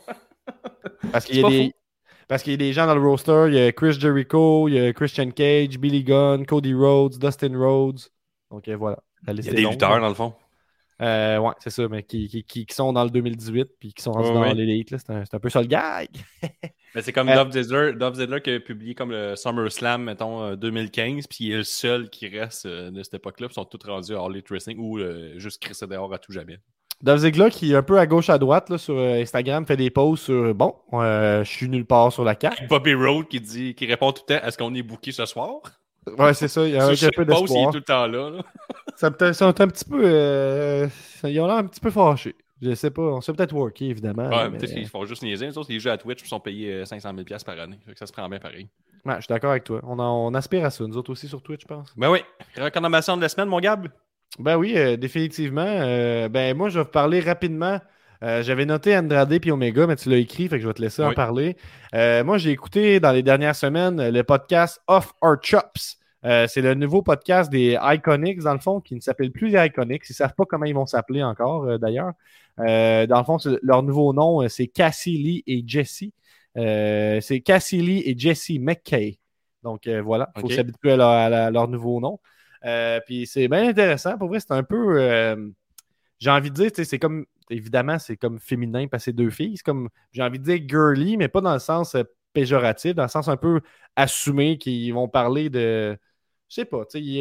Parce qu'il y a des gens dans le roster. Il y a Chris Jericho, il y a Christian Cage, Billy Gunn, Cody Rhodes, Dustin Rhodes. Donc voilà. Il y a des lutteurs, dans le fond. Ouais, c'est ça, mais qui sont dans le 2018 puis qui sont rendus dans l'Elite. C'est un peu ça le gag. Mais c'est comme Dolph Ziggler qui a publié comme le SummerSlam, mettons, 2015, puis il est le seul qui reste de cette époque-là, puis ils sont tous rendus à All Elite Wrestling ou juste crissé dehors à tout jamais. Dolph Ziggler qui est un peu à gauche à droite là, sur Instagram fait des posts sur bon, je suis nulle part sur la carte. Bobby Roode qui répond tout le temps est-ce qu'on est booké ce soir? Ouais, c'est ça, il y a un peu d'espoir. Il est tout le temps là. Ils sont un petit peu ils ont l'air un petit peu fâchés. Je sais pas, on sait peut-être worker évidemment. Ouais, mais... peut-être qu'ils font juste niaiser. Les autres, ils jouent à Twitch, ils sont payés 500 000$ par année. Ça se prend bien pareil. Ouais, je suis d'accord avec toi. On aspire à ça, nous autres aussi sur Twitch, je pense. Ben oui. Recommandation de la semaine, mon Gab? Ben oui, définitivement. Ben moi, je vais vous parler rapidement. J'avais noté Andrade puis Omega, mais tu l'as écrit, fait que je vais te laisser en parler. Moi, j'ai écouté dans les dernières semaines le podcast Off Our Chops. C'est le nouveau podcast des Iconics, dans le fond, qui ne s'appelle plus les Iconics. Ils ne savent pas comment ils vont s'appeler encore, d'ailleurs. Dans le fond, leur nouveau nom, c'est Cassie Lee et Jesse. C'est Cassie Lee et Jesse McKay. Donc voilà, il faut Ok. s'habituer à leur nouveau nom. Puis c'est bien intéressant. Pour vrai, c'est un peu. J'ai envie de dire, tu sais, c'est comme. Évidemment, c'est comme féminin parce que c'est deux filles. C'est comme. J'ai envie de dire girly, mais pas dans le sens péjoratif, dans le sens un peu assumé qu'ils vont parler de. Je sais pas, tu sais,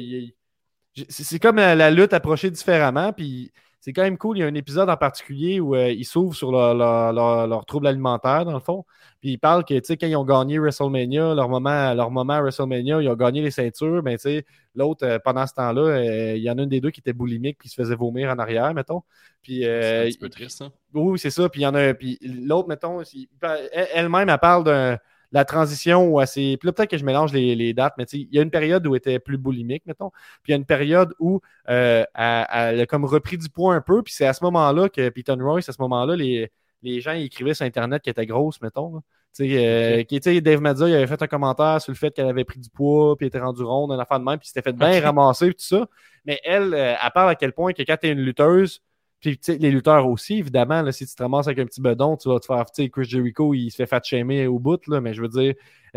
c'est comme la lutte approchée différemment, puis c'est quand même cool. Il y a un épisode en particulier où ils s'ouvrent sur leur trouble alimentaire, dans le fond. Puis ils parlent que, tu sais, quand ils ont gagné WrestleMania, leur moment à WrestleMania, ils ont gagné les ceintures, ben, tu sais, l'autre, pendant ce temps-là, il y en a une des deux qui était boulimique puis se faisait vomir en arrière, mettons. Puis, C'est un petit peu triste, ça. oui, c'est ça. Puis il y en a puis l'autre, mettons, elle-même, elle parle de la transition où elle s'est. Puis là, peut-être que je mélange les dates, mais tu sais, il y a une période où elle était plus boulimique, mettons. Puis il y a une période où elle a comme repris du poids un peu. Puis c'est à ce moment-là que Peyton Royce, à ce moment-là, les gens ils écrivaient sur Internet qu'elle était grosse, mettons. Là. Tu sais, Dave Mazza, il avait fait un commentaire sur le fait qu'elle avait pris du poids, puis elle était rendue ronde, une affaire de même, puis s'était fait bien ramasser, tout ça. Mais elle parle à quel point que quand tu es une lutteuse, puis les lutteurs aussi, évidemment, là, si tu te ramasses avec un petit bedon, tu vas te faire, tu sais, Chris Jericho, il se fait fat shamer au bout, là, mais je veux dire,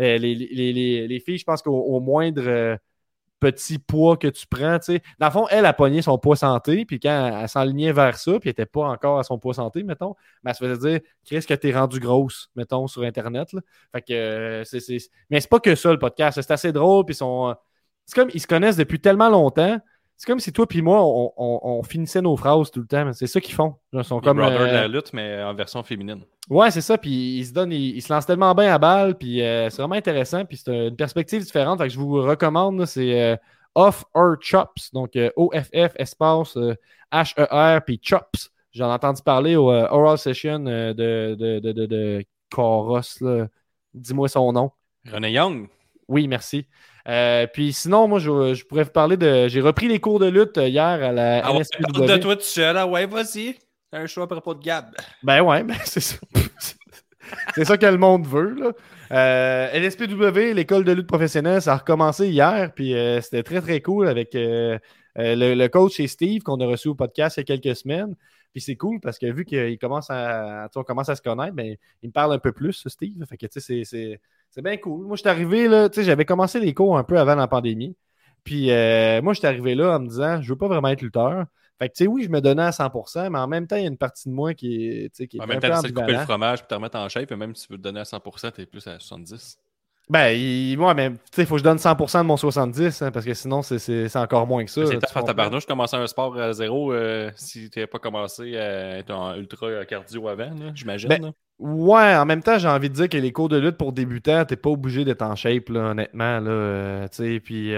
les filles, je pense qu'au moindre petit poids que tu prends, tu sais, dans le fond, elle a pogné son poids santé, puis quand elle s'enlignait vers ça, puis elle n'était pas encore à son poids santé, mettons, mais elle se faisait dire, Chris, que t'es rendu grosse, mettons, sur Internet, là. Fait que, mais c'est pas que ça, le podcast, c'est assez drôle, puis c'est comme, ils se connaissent depuis tellement longtemps. C'est comme si toi puis moi, on finissait nos phrases tout le temps. Mais c'est ça qu'ils font. Ils sont Les comme. Brothers de la lutte, mais en version féminine. Ouais, c'est ça. Puis ils se lancent tellement bien à balle. Puis c'est vraiment intéressant. Puis c'est une perspective différente. Fait que je vous recommande. Là, c'est Off Her Chops. Donc OFF espace HER puis Chops. J'en ai entendu parler au Oral Session de Koros. Là. Dis-moi son nom. René Young. Oui, merci. Puis sinon, moi, je pourrais vous parler de. J'ai repris les cours de lutte hier à la Ah ouais, NSPW. parle de toi tout seul. Ah ouais, vas-y. C'est un choix à propos de Gab. Ben ouais, ben c'est ça. C'est ça que le monde veut, là. NSPW, l'école de lutte professionnelle, ça a recommencé hier, puis c'était très, très cool avec le coach et Steve qu'on a reçu au podcast il y a quelques semaines. Puis c'est cool parce que vu qu'on commence à se connaître, ben, il me parle un peu plus, Steve. Fait que, tu sais, c'est bien cool. Moi, je suis arrivé, là, tu sais, j'avais commencé les cours un peu avant la pandémie. Puis moi, je suis arrivé là en me disant, je veux pas vraiment être lutteur. Fait que, tu sais, oui, je me donnais à 100%, mais en même temps, il y a une partie de moi qui est En un même peu temps, tu essaies de couper le ambivalent. fromage et te remettre en shape. Et même si tu veux te donner à 100%, t'es plus à 70. Ben, moi, mais tu sais, il faut que je donne 100% de mon 70, hein, parce que sinon, c'est encore moins que ça. C'est tu tough à comprends? tabarnouche. Commencer un sport à zéro si tu n'avais pas commencé à être en ultra cardio avant, là, j'imagine. Ben, là. ouais, en même temps, j'ai envie de dire que les cours de lutte pour débutants, t'es pas obligé d'être en shape, là, honnêtement. Là, tu sais, puis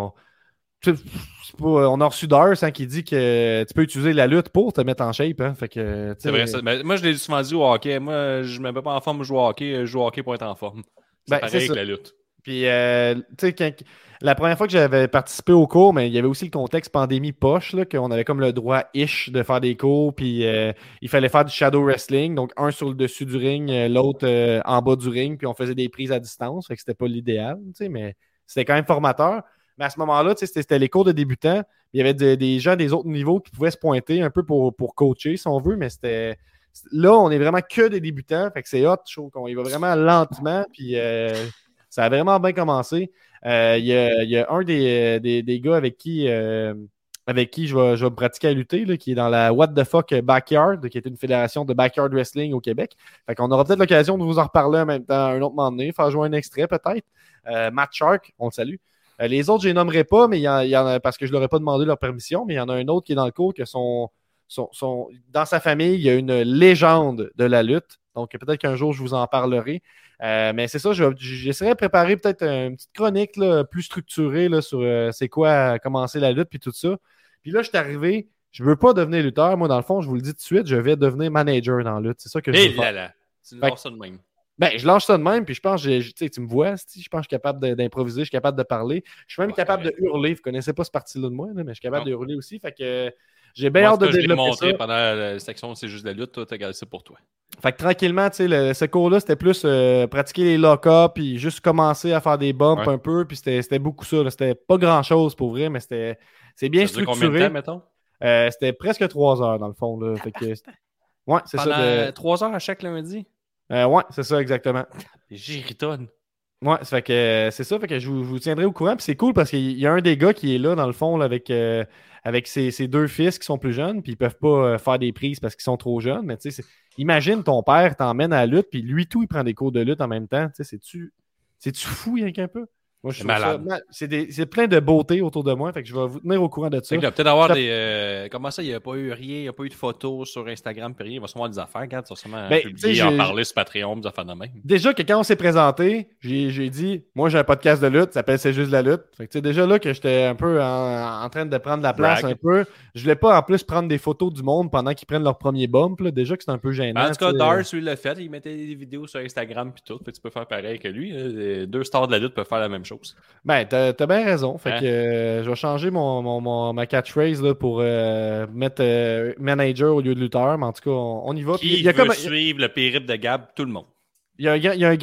on a reçu Dars hein, qui dit que tu peux utiliser la lutte pour te mettre en shape. Hein, fait que, tu sais, C'est vrai, ça. Mais moi, je l'ai souvent dit au hockey. Moi, je me mets pas en forme pour jouer au hockey. Je joue au hockey pour être en forme. C'est Ben, pareil c'est avec ça. la lutte. Puis, tu sais, la première fois que j'avais participé au cours, mais il y avait aussi le contexte pandémie poche, là, qu'on avait comme le droit-ish de faire des cours, puis il fallait faire du shadow wrestling, donc un sur le dessus du ring, l'autre en bas du ring, puis on faisait des prises à distance, fait que c'était pas l'idéal, tu sais, mais c'était quand même formateur. Mais à ce moment-là, tu sais, c'était les cours de débutants, il y avait des gens des autres niveaux qui pouvaient se pointer un peu pour coacher, si on veut, mais c'était... Là, on est vraiment que des débutants, fait que c'est hot, je trouve qu'on y va vraiment lentement, puis... ça a vraiment bien commencé. Il y a un des gars avec qui je vais me pratiquer à lutter, là, qui est dans la What the Fuck Backyard, qui est une fédération de backyard wrestling au Québec. Fait qu'on aura peut-être l'occasion de vous en reparler en même temps un autre moment donné, faire jouer un extrait peut-être. Matt Shark, on le salue. Les autres, je les nommerai pas, mais il y en a parce que je leur ai pas demandé leur permission, mais il y en a un autre qui est dans le cours que dans sa famille, il y a une légende de la lutte. Donc, peut-être qu'un jour, je vous en parlerai. Mais c'est ça, j'essaierai de préparer peut-être une petite chronique là, plus structurée là, sur c'est quoi commencer la lutte puis tout ça. Puis là, je suis arrivé, je veux pas devenir lutteur. Moi, dans le fond, je vous le dis tout de suite, je vais devenir manager dans la lutte. C'est ça que je veux Et là faire. là, tu nous Fait lances ça de même. Ben, je lâche ça de même, puis je pense, tu sais, tu me vois, je pense que je suis capable d'improviser, je suis capable de parler. Je suis même Ouais, capable correct. de hurler. Vous connaissez pas ce parti-là de moi, là, mais je suis capable Non. de hurler aussi. Fait que j'ai bien Moi, hâte de je l'ai développer montré ça. pendant la section C'est juste la lutte. Toi, t'as gardé ça pour toi. Fait que tranquillement, tu sais, ce cours-là, c'était plus pratiquer les lock-ups, puis juste commencer à faire des bumps Ouais. un peu, puis c'était beaucoup ça. Là. C'était pas grand-chose pour vrai, mais c'est bien Ça dure combien de structuré. temps, mettons? C'était presque 3 heures dans le fond. Là. Fait que, ouais, c'est Pendant ça. 3 heures à chaque lundi? Ouais, c'est ça exactement. J'irritonne. Ouais, ça fait que c'est ça, fait que je vous tiendrai au courant. Puis c'est cool parce qu'il y a un des gars qui est là, dans le fond, là, avec ses deux fils qui sont plus jeunes, puis ils peuvent pas faire des prises parce qu'ils sont trop jeunes. Mais tu sais, imagine ton père t'emmène à la lutte, puis lui tout, il prend des cours de lutte en même temps. Tu sais, c'est-tu fou, rien qu'un peu? Moi, je C'est trouve ça. malade. C'est plein de beauté autour de moi, fait que je vais vous tenir au courant de ça. Fait qu'il va peut-être avoir Ça- des. Comment ça, il n'y a pas eu rien, il n'y a pas eu de photos sur Instagram, puis rien. Il va sûrement avoir des affaires, regarde, ça va sûrement Ben, tu sais, publier, en parler sur Patreon, des affaires de même. Déjà que quand on s'est présenté, j'ai dit, moi j'ai un podcast de lutte, ça s'appelle C'est juste la lutte. Fait que, tu sais, déjà là que j'étais un peu en train de prendre la place Brag. un peu. Je voulais pas en plus prendre des photos du monde pendant qu'ils prennent leur premier bump. Là. Déjà que c'est un peu gênant. Ben, en tout cas, tu sais. Dars, lui, l'a fait. Il mettait des vidéos sur Instagram puis tout. Fait que tu peux faire pareil que lui. Les deux stars de la lutte peuvent faire la même chose. Ben, t'as bien raison. Fait Hein? que je vais changer ma catchphrase là, pour mettre manager au lieu de lutteur. Mais en tout cas, on y va. Puis Qui il y a veut comme suivre le périple de Gab? Tout le monde. il y a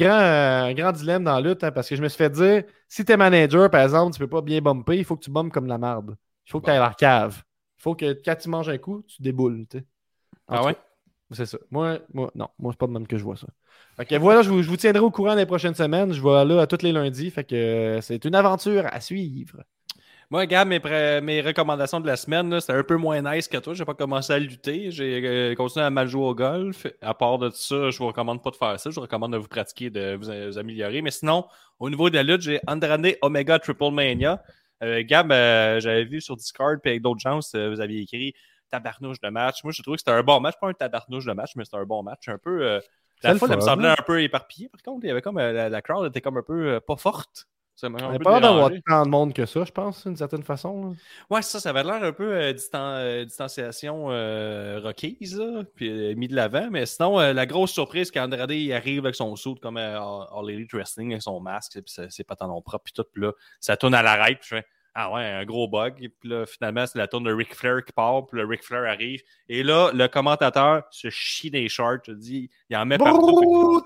un grand dilemme dans la lutte hein, parce que je me suis fait dire si t'es manager, par exemple, tu peux pas bien bumper, il faut que tu bumpes comme de la merde. Il faut que tu ailles à la cave. Il faut que quand tu manges un coup, tu déboules. Tu sais. En Ah tout ouais? cas, c'est ça. Non, moi, c'est pas de même que je vois ça. Fait que voilà, je vous tiendrai au courant les prochaines semaines. Je vais là à tous les lundis. Fait que c'est une aventure à suivre. Moi, Gab, mes recommandations de la semaine, là, c'était un peu moins nice que toi. J'ai pas commencé à lutter. J'ai continué à mal jouer au golf. À part de ça, je vous recommande pas de faire ça. Je vous recommande de vous pratiquer, de vous améliorer. Mais sinon, au niveau de la lutte, j'ai Andrade Omega Triple Mania. Gab, j'avais vu sur Discord puis avec d'autres gens, vous aviez écrit tabarnouche de match. Moi, je trouve que c'était un bon match. Pas un tabarnouche de match, mais c'était un bon match. Un peu. C'est La le foule, elle me fun, semblait hein? un peu éparpillée. Par contre, il y avait comme la crowd était comme un peu pas forte. Ça m'a On un n'a peu pas l'air d'avoir dérangé. tant de monde que ça, je pense, d'une certaine façon. Là. Ouais, ça avait l'air un peu distanciation requise, là, puis mis de l'avant. Mais sinon, la grosse surprise qu'Andrade il arrive avec son suit comme All Elite Wrestling, avec son masque, puis ses pantalons propres, puis tout, puis là, ça tourne à l'arrêt, puis je fais ah ouais, un gros bug. Puis là, finalement, c'est la tourne de Ric Flair qui part, puis le Ric Flair arrive. Et là, le commentateur se chie des shorts, je dis, il en met partout.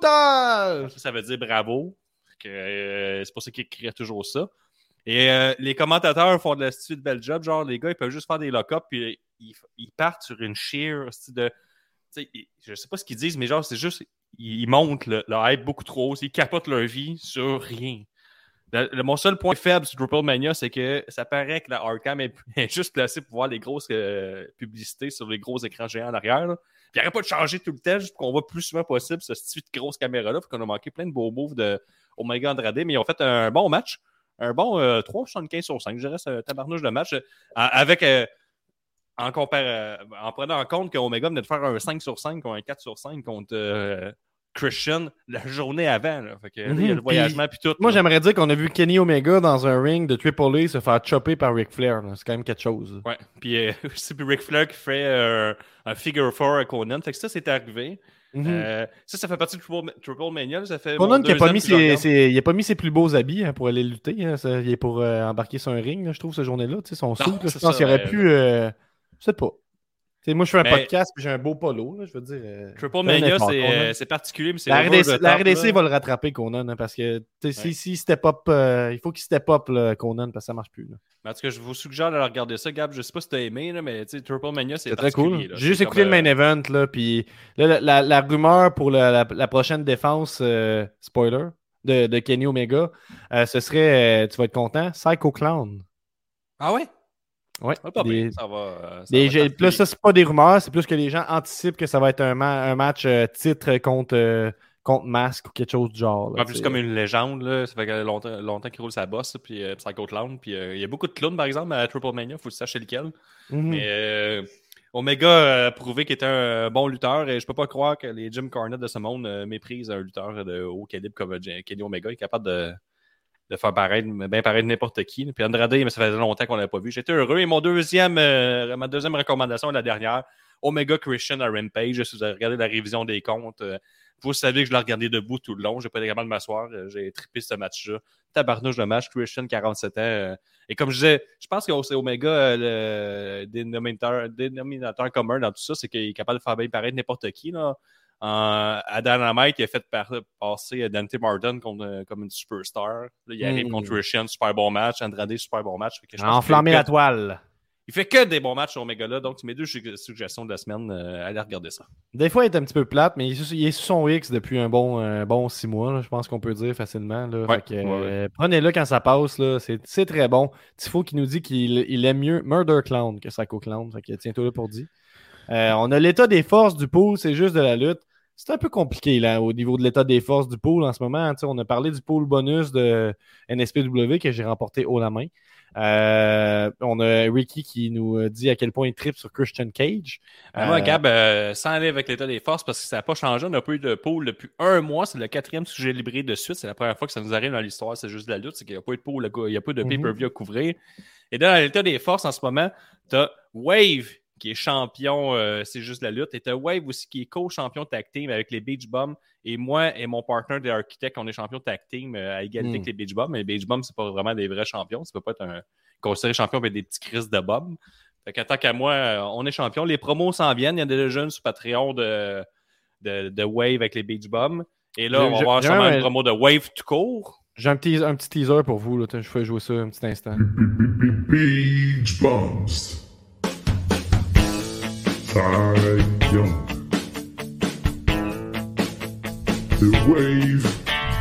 Brutal! Ça veut dire bravo. C'est pour ça qu'il écrit toujours ça. Et les commentateurs font de la style de bel job. Genre, les gars, ils peuvent juste faire des lock-ups puis ils partent sur une sheer de. Je sais pas ce qu'ils disent, mais genre, c'est juste. Ils montent le hype beaucoup trop haut. Ils capotent leur vie sur rien. Mon seul point faible sur Triple Mania, c'est que ça paraît que la Arkham est juste placée pour voir les grosses publicités sur les gros écrans géants en arrière. Là. Puis il n'y aurait pas de changer tout le temps, juste pour qu'on voit plus souvent possible ce style de grosse caméra-là. Fait qu'on a manqué plein de beaux moves de Omega Andrade, mais ils ont fait un bon match. Un bon 3,75 sur 5. Je dirais c'est un tabarnouche de match. Avec en prenant en compte qu'Omega venait de faire un 5 sur 5 ou un 4 sur 5 contre Christian la journée avant. Là. Fait que, là, il y a le voyagement puis tout. Moi, là. j'aimerais dire qu'on a vu Kenny Omega dans un ring de Triple A se faire chopper par Ric Flair. là. C'est quand même quelque chose. Ouais. Puis c'est puis Ric Flair qui fait un figure 4 à Conan. Fait que ça, c'est arrivé. Mhm. Ça fait partie de Triple Mania. Là. Ça fait Conan mon qui a pas deuxième mis que je regarde. il a pas mis ses plus beaux habits hein, pour aller lutter. Hein. Il est pour embarquer sur un ring, là, je trouve, cette journée-là. Tu sais, son suit, là, je c'est pense ça, qu'il aurait ouais. pu. Je sais pas. Tu sais, moi, je fais un Mais- podcast et j'ai un beau polo. Là, je veux dire. Triple fais un Mania, effort, Conan. c'est particulier, mais c'est La over RDC, the la top, RDC là. va le rattraper, Conan, hein, parce que tu sais, Ouais. si step up, il faut qu'il step up, là, Conan, parce que ça marche plus. Là. Mais en tout cas, je vous suggère de regarder ça, Gab. Je sais pas si t'as aimé, là, mais tu sais, Triple Mania, c'est C'est très cool. particulier. là. J'ai juste C'est écouté comme, le main event, là, puis là, la rumeur pour la prochaine défense, spoiler, de Kenny Omega, ce serait, tu vas être content, Psycho Clown. Ah ouais? Ouais. Ah, pas Des- bien. Ça va. Ça des- va j'ai- être là, ça, c'est pas des rumeurs, c'est plus que les gens anticipent que ça va être un match titre contre Mask ou quelque chose du genre. là, En plus, tu sais. comme une légende, là. Ça fait longtemps qu'il roule sa bosse, puis Psycho Clown. Puis il y a beaucoup de clowns, par exemple, à Triple Mania. Faut que tu saches c'est lequel. Mhm. Mais Omega a prouvé qu'il était un bon lutteur et je peux pas croire que les Jim Cornette de ce monde méprisent un lutteur de haut calibre comme Kenny Omega. Il est capable de faire bien paraître n'importe qui. Puis Andrade, mais ça faisait longtemps qu'on l'avait pas vu. J'étais heureux. Et ma deuxième recommandation est la dernière. Omega Christian à Rampage. Si vous avez regardé la révision des comptes, vous savez que je l'ai regardé debout tout le long. J'ai pas été capable de m'asseoir. J'ai trippé ce match-là. Tabarnouche de match. Christian, 47 ans. Et comme je disais, je pense que c'est Omega le dénominateur commun dans tout ça, c'est qu'il est capable de faire bien paraître n'importe qui. Là. À Dynamite, il a fait passer Dante Martin comme une superstar. Là, il arrive contre Christian, super bon match. Andrade, super bon match. Fait que je pense Enflammer que- la toile. Il fait que des bons matchs sur Omega-là. Donc, c'est mes deux suggestions de la semaine. Allez regarder ça. Des fois, il est un petit peu plate, mais il est sur son X depuis un bon 6 mois, là, je pense qu'on peut dire facilement. Là. Ouais, Fait que, prenez-le quand ça passe. Là, c'est très bon. Tifo qui nous dit qu'il aime mieux Murder Clown que Psycho Clown. Fait que tiens-toi là pour dire. On a l'état des forces du pool, c'est juste de la lutte. C'est un peu compliqué là, au niveau de l'état des forces du pool en ce moment. On a parlé du pool bonus de NSPW que j'ai remporté haut la main. On a Ricky qui nous dit à quel point il tripe sur Christian Cage. Moi, Gab, sans aller avec l'état des forces, parce que ça n'a pas changé. On n'a pas eu de pool depuis un mois. C'est le 4e sujet libéré de suite. C'est la première fois que ça nous arrive dans l'histoire. C'est juste de la lutte. C'est qu'il n'y a pas eu de pool, il n'y a pas de pay-per-view à couvrir. Et dans l'état des forces, en ce moment, tu as Wave qui est champion, c'est juste la lutte. Et tu as Wave aussi qui est co-champion tag team avec les Beach Bums. Et moi et mon partner des Architects, on est champion tag team à égalité avec les Beach Bums. Mais les Beach Bums, c'est pas vraiment des vrais champions. Ça peut pas être considéré champion avec des petits crises de bums. Fait qu'en tant qu'à moi, on est champion. Les promos s'en viennent. Il y a des jeunes sur Patreon de Wave avec les Beach Bums. Et là, on va avoir sûrement une promo de Wave tout court. J'ai un petit teaser pour vous. Là. Je fais jouer ça un petit instant. Beach Bums. Young. The Wave.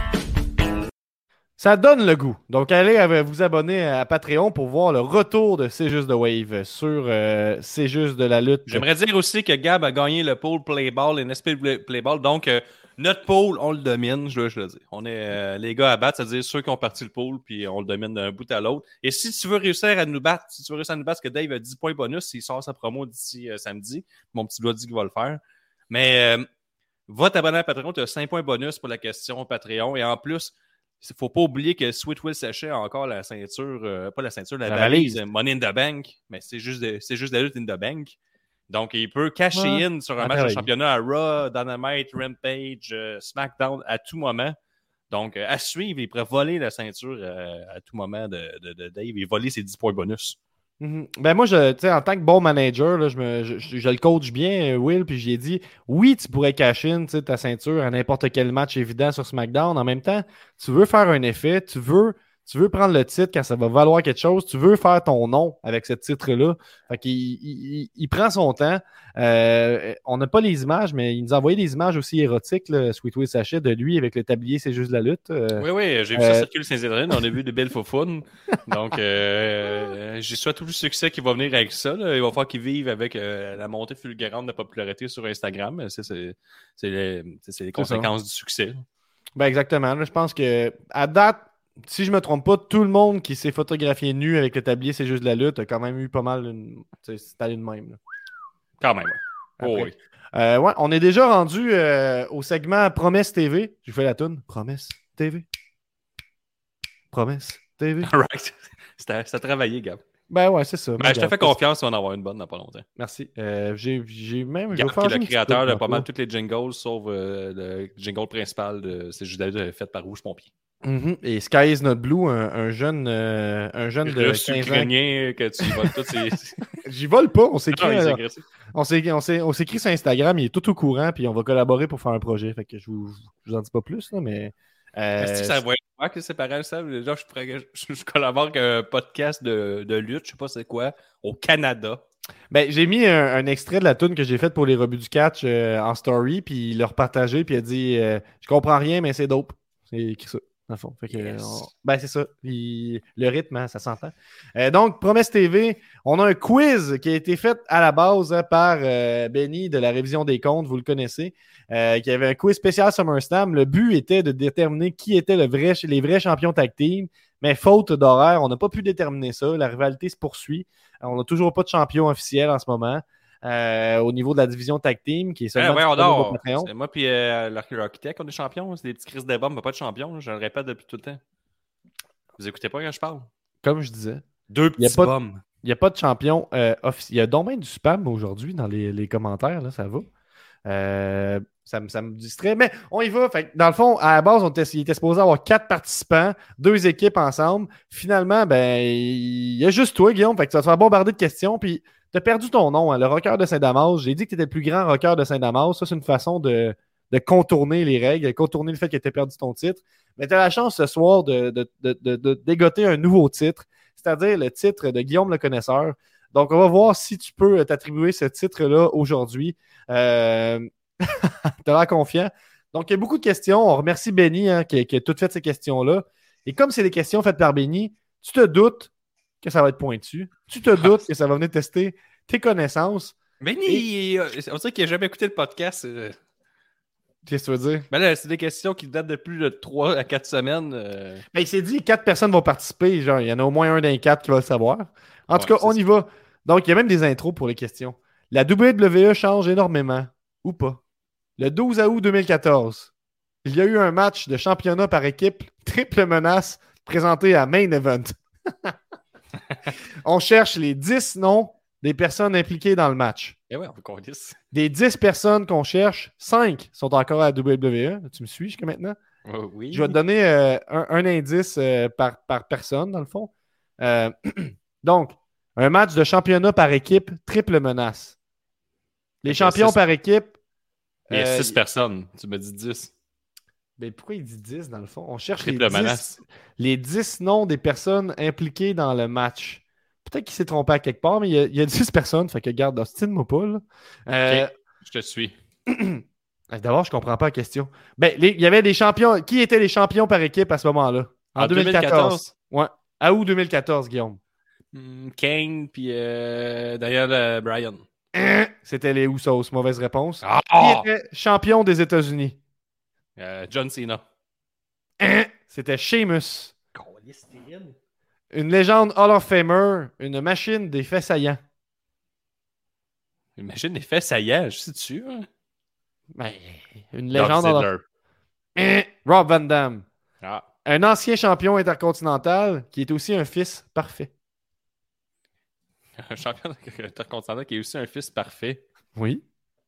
Ça donne le goût. Donc, allez vous abonner à Patreon pour voir le retour de C'est juste de Wave sur C'est juste de la lutte. J'aimerais dire aussi que Gab a gagné le pôle Playball et NSP Playball. Donc, notre pôle, on le domine, je le dis. On est les gars à battre, c'est-à-dire ceux qui ont parti le pôle, puis on le domine d'un bout à l'autre. Et si tu veux réussir à nous battre, parce que Dave a 10 points bonus, s'il sort sa promo d'ici samedi, mon petit doigt dit qu'il va le faire. Mais va t'abonner à Patreon, tu as 5 points bonus pour la question Patreon. Et en plus, il ne faut pas oublier que Sweet Will Sachet a encore la ceinture, pas la ceinture, la valise Money in the Bank, mais c'est juste la lutte in the bank. Donc, il peut cacher in sur un match de championnat à Raw, Dynamite, Rampage, SmackDown à tout moment. Donc, à suivre, il pourrait voler la ceinture à tout moment de Dave et voler ses 10 points bonus. Ben moi, en tant que bon manager, là, je le coach bien, Will, puis j'ai dit, oui, tu pourrais cacher in ta ceinture à n'importe quel match évident sur SmackDown. En même temps, tu veux faire un effet, tu veux prendre le titre quand ça va valoir quelque chose, tu veux faire ton nom avec ce titre-là. Fait qu'il il prend son temps. On n'a pas les images, mais il nous a envoyé des images aussi érotiques, là, Sweet Will Sachet, de lui avec le tablier, c'est juste de la lutte. Oui, j'ai vu ça circuler sur les internet, on a vu de belles faufounes. Donc, j'ai souhaite tout le succès qui va venir avec ça. Là. Il va falloir qu'il vive avec la montée fulgurante de popularité sur Instagram. C'est les conséquences du succès. Ben exactement. Là, je pense que à date, si je me trompe pas, tout le monde qui s'est photographié nu avec le tablier, c'est juste de la lutte, a quand même eu pas mal c'est allé de même. Là. Quand même, oui. Oui. Ouais, on est déjà rendu au segment Promesse TV. J'ai fait la toune. Promesse TV. Promesse TV. Right. C'était à travailler, Gab. Ben ouais, c'est ça. Ben, je te fais confiance, on va en avoir une bonne dans pas longtemps. Merci. J'ai même... Gab, qui est le créateur de pas mal toutes les jingles, sauf le jingle principal de C'est juste fait par Rouge Pompier. Et Sky is not blue, un jeune de 15 ans. Que tu voles tout, J'y vole pas, on s'écrit. On s'écrit sur Instagram, il est tout au courant, puis on va collaborer pour faire un projet. Fait que je vous en dis pas plus, là, mais. Est-ce que ça va être que c'est pareil, ça? Déjà, je collabore avec un podcast de lutte, je sais pas c'est quoi, au Canada. Ben, j'ai mis un extrait de la tune que j'ai faite pour les rebuts du catch en story, puis il l'a repartagé, puis il a dit je comprends rien, mais c'est dope. C'est écrit ça. Dans le fond. Fait que, ben, c'est ça. Le rythme, hein, ça s'entend. Donc, Promesse TV, on a un quiz qui a été fait à la base par Benny de la révision des comptes, vous le connaissez, qui avait un quiz spécial SummerSlam. Le but était de déterminer qui étaient les vrais champions tag team, mais faute d'horaire, on n'a pas pu déterminer ça. La rivalité se poursuit. On n'a toujours pas de champion officiel en ce moment. Au niveau de la division tag team qui est seulement c'est moi puis l'architecte on est champions, c'est des petits crises de bombes, mais pas de champion, je le répète depuis tout le temps. Vous écoutez pas quand je parle? Comme je disais, deux petits bombes. Il n'y a pas de champion officiel. Il y a donc même du spam aujourd'hui dans les commentaires, là, ça va. Ça me distrait, mais on y va. Fait que, dans le fond, à la base, il était supposé avoir 4 participants, 2 équipes ensemble. Finalement, ben, il y a juste toi, Guillaume. Fait que tu vas te faire bombarder de questions, puis tu as perdu ton nom, hein, le rocker de Saint-Damas. J'ai dit que tu étais le plus grand rocker de Saint-Damas. Ça, c'est une façon de contourner les règles, de contourner le fait que tu aies perdu ton titre. Mais tu as la chance ce soir de dégoter un nouveau titre, c'est-à-dire le titre de Guillaume le Connaisseur. Donc, on va voir si tu peux t'attribuer ce titre-là aujourd'hui. T'as l'air confiant. Donc, il y a beaucoup de questions. On remercie Benny qui a tout fait ces questions-là. Et comme c'est des questions faites par Benny, tu te doutes que ça va être pointu. Tu te doutes que ça va venir tester tes connaissances. Benny, on dirait qu'il n'a jamais écouté le podcast. Qu'est-ce que tu veux dire? Ben là, c'est des questions qui datent de plus de 3 à 4 semaines. Ben, il s'est dit 4 personnes vont participer. Genre, il y en a au moins un d'un 4 qui va le savoir. En tout cas, on y va. Donc, il y a même des intros pour les questions. La WWE change énormément. Ou pas? Le 12 août 2014, il y a eu un match de championnat par équipe, triple menace, présenté à Main Event. On cherche les 10 noms des personnes impliquées dans le match. Eh ouais, on veut qu'on dise. Des 10 personnes qu'on cherche, 5 sont encore à la WWE. Tu me suis jusqu'à maintenant? Oui. Je vais te donner un indice par personne, dans le fond. Donc, un match de championnat par équipe, triple menace. Les champions par équipe. Il y a 6 personnes. Tu me dis 10. Ben, pourquoi il dit 10 dans le fond? On cherche les 10 noms des personnes impliquées dans le match. Peut-être qu'il s'est trompé à quelque part, mais il y a 10 personnes. Fait que garde, ostine-moi pas. Là. Ok, je te suis. D'abord, je comprends pas la question. Ben, il y avait des champions. Qui étaient les champions par équipe à ce moment-là? En 2014. Ouais. À août 2014, Guillaume. Kane, puis Daniel Bryan. C'était les Usos. Mauvaise réponse. Ah! Qui était champion des États-Unis? John Cena. C'était Sheamus. Une légende Hall of Famer. Une machine des faits saillants. Une machine des faits saillants, je sais dessus. Hein? Ben, une légende Hall of... Rob Van Dam. Ah. Un ancien champion intercontinental qui est aussi un fils parfait. Un champion intercontinental qui est aussi un fils parfait. Oui.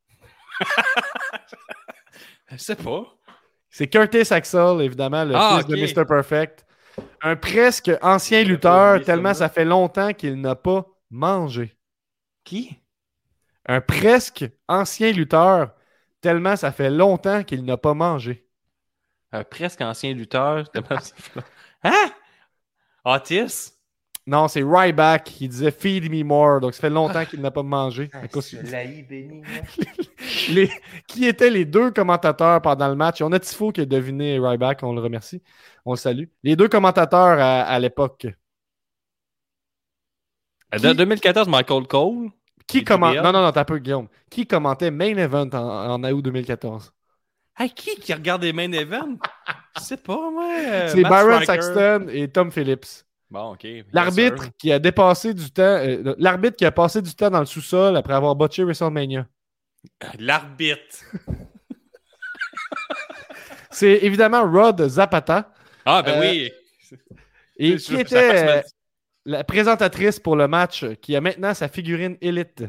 Je sais pas. C'est Curtis Axel, évidemment, le fils de Mr. Perfect. Un presque ancien lutteur, tellement ça fait longtemps qu'il n'a pas mangé. Qui? Un presque ancien lutteur, tellement ça fait longtemps qu'il n'a pas mangé. Un presque ancien lutteur. Hein? Otis? Non, c'est Ryback qui disait Feed me more. Donc, ça fait longtemps qu'il n'a pas mangé. Qui étaient les deux commentateurs pendant le match? On a Tifo qui a deviné Ryback. On le remercie. On le salue. Les deux commentateurs à l'époque. De 2014, Michael Cole. Qui commentait... Non, t'as peu, Guillaume. Qui commentait Main Event en août 2014? Hey, qui regarde les Main Events? Je sais pas, moi. C'est Byron Saxton et Tom Phillips. Bon, OK. L'arbitre qui a dépassé du temps... l'arbitre qui a passé du temps dans le sous-sol après avoir botché WrestleMania. L'arbitre. C'est évidemment Rod Zapata. Ah, ben oui. Et qui était la présentatrice pour le match qui a maintenant sa figurine élite.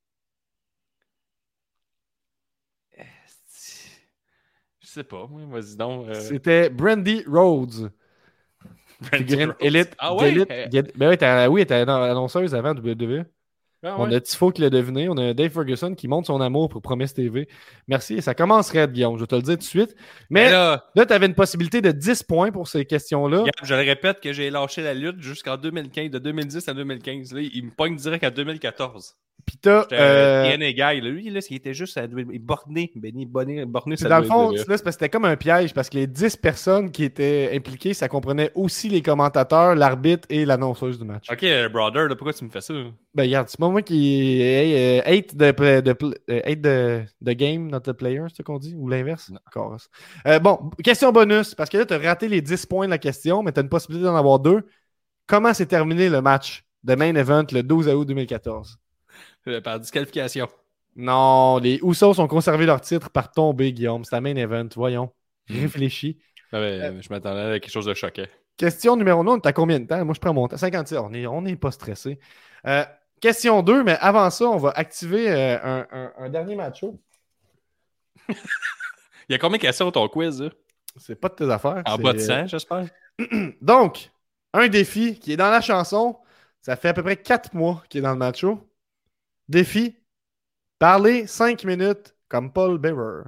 Je sais pas, moi, vas-y donc. C'était Brandy Rhodes. Figurine élite. Ah ouais? Ben oui, elle était annonceuse avant WWE. Ah ouais. On a Tifo qui l'a deviné. On a Dave Ferguson qui montre son amour pour Promise TV. Merci. Et ça commencerait, Guillaume. Je vais te le dire tout de suite. Mais là tu avais une possibilité de 10 points pour ces questions-là. Je le répète que j'ai lâché la lutte jusqu'en 2015, de 2010 à 2015. Là, il me pogne direct à 2014. Puis t'as... TNA Guy, là. Lui, là, il était juste borné. Borné dans le fond, là, c'est parce que c'était comme un piège, parce que les 10 personnes qui étaient impliquées, ça comprenait aussi les commentateurs, l'arbitre et l'annonceuse du match. OK, brother, là, pourquoi tu me fais ça? Ben, regarde, c'est pas moi qui hate the game, not the player, c'est ce qu'on dit? Ou l'inverse? Bon, question bonus, parce que là, t'as raté les 10 points de la question, mais t'as une possibilité d'en avoir 2. Comment s'est terminé le match de Main Event le 12 août 2014? Par disqualification. Non, les Usos ont conservé leur titre par tomber, Guillaume. C'est un Main Event, voyons. Réfléchis. Je m'attendais à quelque chose de choquant. Question numéro 9, on est à combien de temps? Moi, je prends mon temps. 56. On n'est pas stressé. Question 2, mais avant ça, on va activer un dernier match-up. Il y a combien de questions ton quiz? Là? C'est pas de tes affaires. En bas de 100, j'espère. Donc, un défi qui est dans la chanson. Ça fait à peu près 4 mois qu'il est dans le match-up. Défi, parler 5 minutes comme Paul Bearer.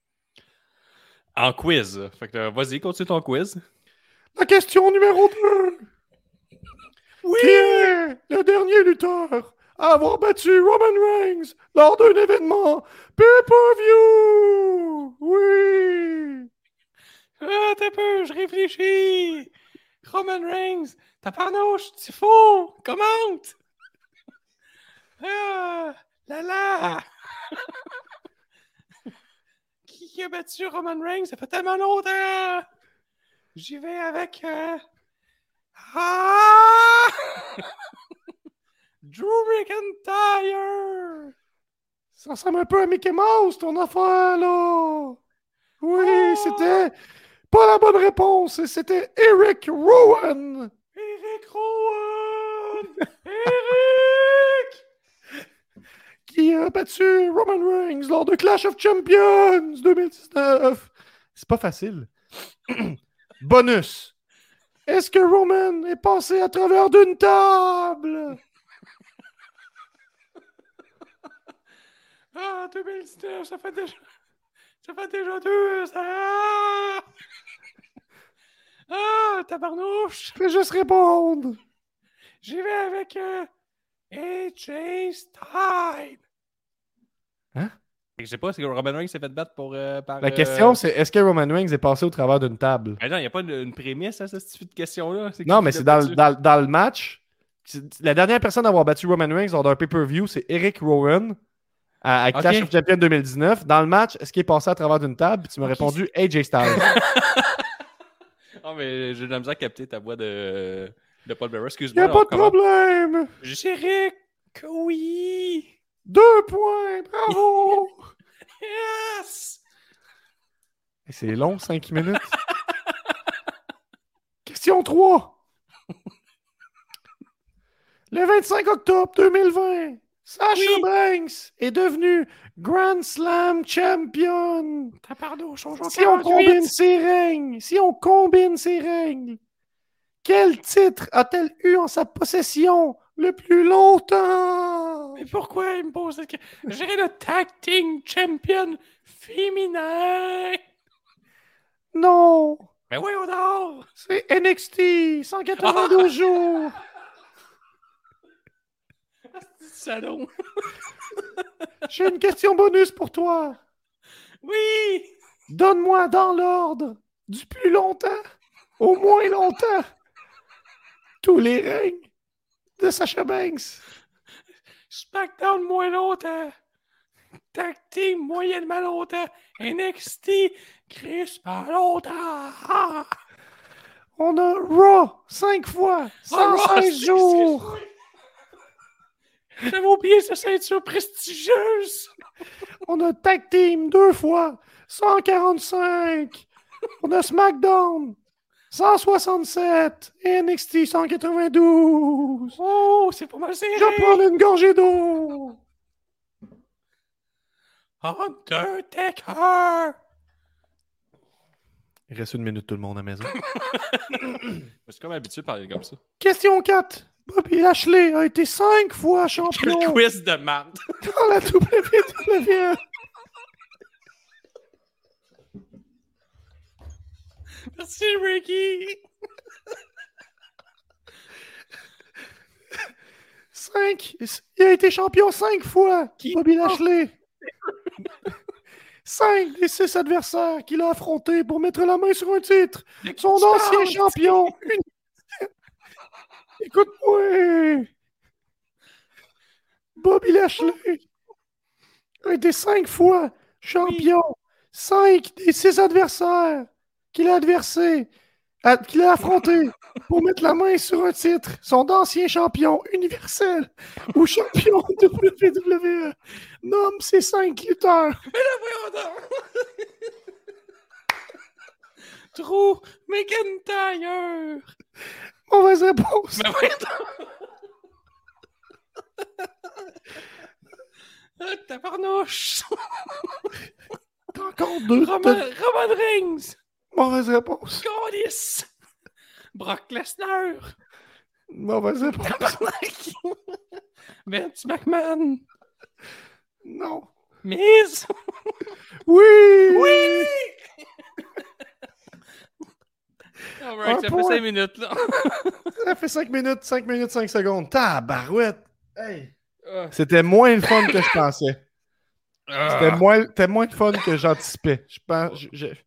En quiz. Fait que vas-y, continue ton quiz. La question numéro 2. Oui! Qui est le dernier lutteur à avoir battu Roman Reigns lors d'un événement pay-per-view. Oui. Ah, t'as peu, je réfléchis. Roman Reigns, tabarnouche, tu faux, commente. Ah, là. Qui a battu Roman Reigns? Ça fait tellement longtemps. J'y vais avec... Drew McIntyre. Ça ressemble un peu à Mickey Mouse, ton affaire, là. Oui, c'était pas la bonne réponse. C'était Eric Rowan. Eric Rowan. Eric. Qui a battu Roman Reigns lors de Clash of Champions 2019. C'est pas facile. Bonus. Est-ce que Roman est passé à travers d'une table? Ah, 2019, ça fait déjà 2 ans. Ah, tabarnouche. Fais juste répondre. J'y vais avec AJ Styles. Hein? Je sais pas, c'est que Roman Reigns s'est fait battre par... La question, c'est est-ce que Roman Reigns est passé au travers d'une table? Ben non, il n'y a pas une prémisse à cette petite question-là. Non, mais c'est dans le match. La dernière personne à avoir battu Roman Reigns lors d'un pay-per-view, c'est Eric Rowan à Clash of Champions 2019. Dans le match, est-ce qu'il est passé à travers d'une table? Puis tu m'as répondu AJ Styles. Oh, mais j'ai de la misère à capter ta voix de Paul Bearer. Excuse-moi. Il n'y a pas de problème. Eric, oui. 2 points, bravo. Yes. C'est long, 5 minutes. Question 3. Le 25 octobre 2020, Sasha Banks est devenue Grand Slam Champion. Si on combine ses règnes, quel titre a-t-elle eu en sa possession le plus longtemps? Mais pourquoi il me pose cette question? J'ai le Tag Team Champion féminin. Non. Mais oui, on dort. C'est NXT, 192 jours. Salon. J'ai une question bonus pour toi. Oui. Donne-moi dans l'ordre du plus longtemps au moins longtemps tous les règnes de Sasha Banks. SmackDown moins longtemps. Tag Team moyennement longtemps. NXT Chris pas longtemps. On a Raw 5 fois, 116 jours. J'avais oublié cette ceinture prestigieuse. On a Tag Team 2 fois, 145. On a SmackDown 167 et NXT 192. Oh, c'est pas mal serré. Je vais prendre une gorgée d'eau. Undertaker. Il reste 1 minute tout le monde à la maison. Je suis comme habitué de parler comme ça. Question 4. Bobby Lashley a été 5 fois champion Le quiz de marde. dans la WWE. Merci, Ricky. 5. Il a été champion 5 fois. Bobby Lashley. 5 des 6 adversaires qu'il a affrontés pour mettre la main sur un titre. Son ancien champion. Écoute-moi. Bobby Lashley a été 5 fois champion. 5 des 6 adversaires qu'il a affrontés pour mettre la main sur un titre. Son ancien champion universel ou champion de WWE nomme ses 5 lutteurs. Mais là, voyons donc. Drew McIntyre. Mauvaise réponse. Mais voyons donc. Tabarnouche. T'as encore 2. Roman Reigns. Mauvaise réponse. Goddess. Brock Lesnar. Mauvaise réponse. Vince McMahon. Non. Miz. Oui! Oui! Alright, ça fait 5 minutes, là. Ça fait 5 minutes, 5 secondes. Tabarouette! Hey! C'était moins le fun que je pensais. C'était moins de fun que j'anticipais. Je pense.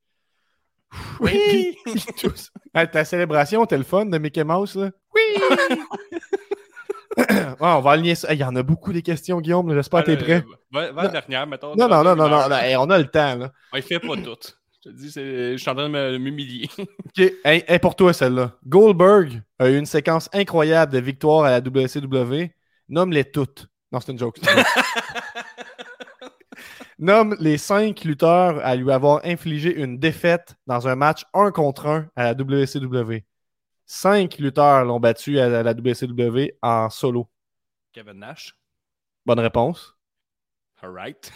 Oui! Tous. Hey, ta célébration, c'était le fun de Mickey Mouse, là? Oui! Ouais, on va aligner ça. Il y en a beaucoup des questions, Guillaume. là. J'espère que t'es prêt. Va la dernière, mettons. Non, hey, on a le temps, là. Il fait pas tout. Je te dis, je suis en train de m'humilier. OK. Hey, pour toi, celle-là. Goldberg a eu une séquence incroyable de victoires à la WCW. Nomme-les toutes. Non, c'est une joke. Nomme les 5 lutteurs à lui avoir infligé une défaite dans un match 1 contre 1 à la WCW. 5 lutteurs l'ont battu à la WCW en solo. Kevin Nash. Bonne réponse. All right.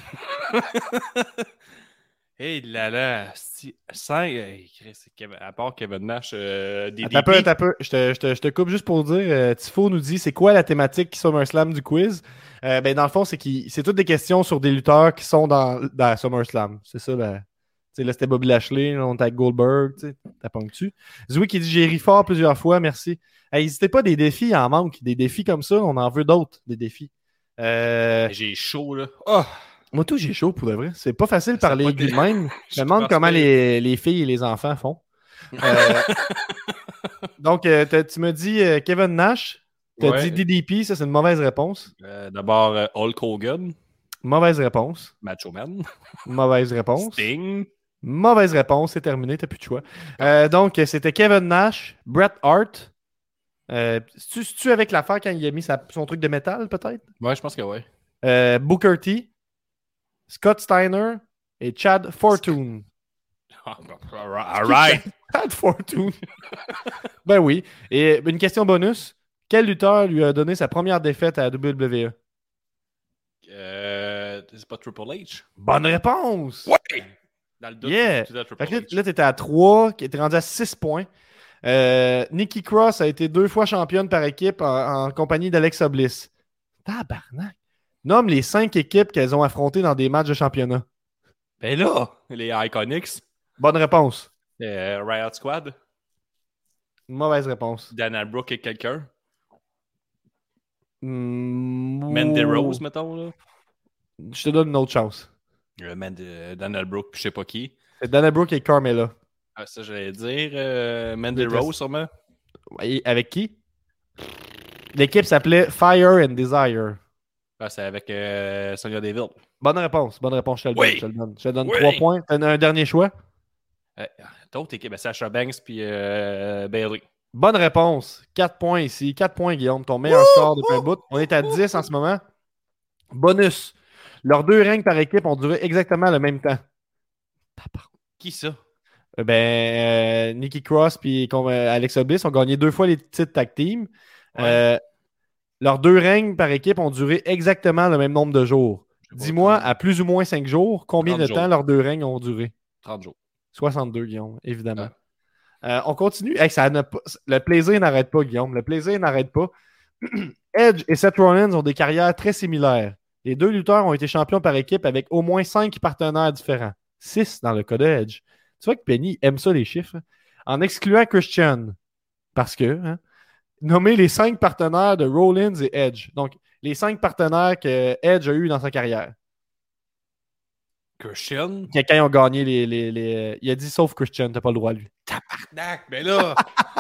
Hey là, 5. Hey, à part Kevin Nash, des Attends un peu. Je te coupe juste pour dire. Tifo nous dit c'est quoi la thématique SummerSlam du quiz? Ben, dans le fond, c'est toutes des questions sur des lutteurs qui sont dans SummerSlam. C'est ça, là. Tu sais, là, c'était Bobby Lashley, là, on était avec Goldberg, tu sais, t'as ponctu. Zoui qui dit j'ai ri fort plusieurs fois, merci. Hey, n'hésitez pas, des défis, il en manque. Des défis comme ça, on en veut d'autres, des défis. J'ai chaud, là. Oh! Moi, tout, j'ai chaud pour de vrai. C'est pas facile de parler de même. Je me demande pense comment que- les filles et les enfants font. Donc, tu m'as dit Kevin Nash. Tu as Ouais. dit DDP, ça, c'est une mauvaise réponse. D'abord, Hulk Hogan, Mauvaise réponse. Macho Man, Mauvaise réponse. Sting. Mauvaise réponse, c'est terminé, t'as plus de choix. Donc, c'était Kevin Nash, Bret Hart. C'est-tu avec l'affaire quand il a mis son truc de métal, peut-être? Ouais, je pense que ouais. Booker T, Scott Steiner et Chad Fortune. All right. Chad Fortune. Ben oui. Et une question bonus. Quel lutteur lui a donné sa première défaite à la WWE? C'est pas Triple H? Bonne réponse! Ouais! Dans le doute, Yeah! tu dis à Triple Fait que H. là, t'étais à 3, qui était rendu à 6 points. Nikki Cross a été 2 fois championne par équipe en compagnie d'Alexa Bliss. Tabarnak! Nomme les 5 équipes qu'elles ont affrontées dans des matchs de championnat. Ben là, les Iconics, Bonne réponse. Riot Squad, Mauvaise réponse. Dana Brooke et quelqu'un, Mandy Mandy Rose, mettons, là. Je te donne une autre chance. Dana Brooke, puis je sais pas qui. C'est Dana Brooke et Carmella. Ah, ça, j'allais dire. Mandy Déteste. Rose, sûrement. Et avec qui? L'équipe s'appelait Fire and Desire. Ah, c'est avec Sonya Deville. Bonne réponse. Bonne réponse. Je te le Oui. donne. Je te donne Oui. 3 points. T'as un dernier choix? D'autres équipes, Sasha Banks puis Bailey. Bonne réponse. 4 points ici. 4 points, Guillaume. Ton meilleur score depuis un bout. On est à 10 en ce moment. Bonus. Leurs 2 règnes par équipe ont duré exactement le même temps. Qui ça? Nikki Cross et Alexa Bliss ont gagné 2 fois les titres tag team. Ouais. Leurs 2 règnes par équipe ont duré exactement le même nombre de jours. Dis-moi, à plus ou moins 5 jours, combien 30 de temps jours. leurs 2 règnes ont duré? 30 jours. 62, Guillaume, évidemment. On continue. Hey, le plaisir n'arrête pas, Guillaume. Le plaisir n'arrête pas. Edge et Seth Rollins ont des carrières très similaires. Les 2 lutteurs ont été champions par équipe avec au moins 5 partenaires différents. 6 dans le cas de Edge. Tu vois que Penny aime ça, les chiffres. En excluant Christian. Parce que, nommer les 5 partenaires de Rollins et Edge. Donc, les 5 partenaires que Edge a eu dans sa carrière. Christian? Quand ils ont gagné les... Il a dit sauf Christian, t'as pas le droit, lui. Tabarnak, mais là!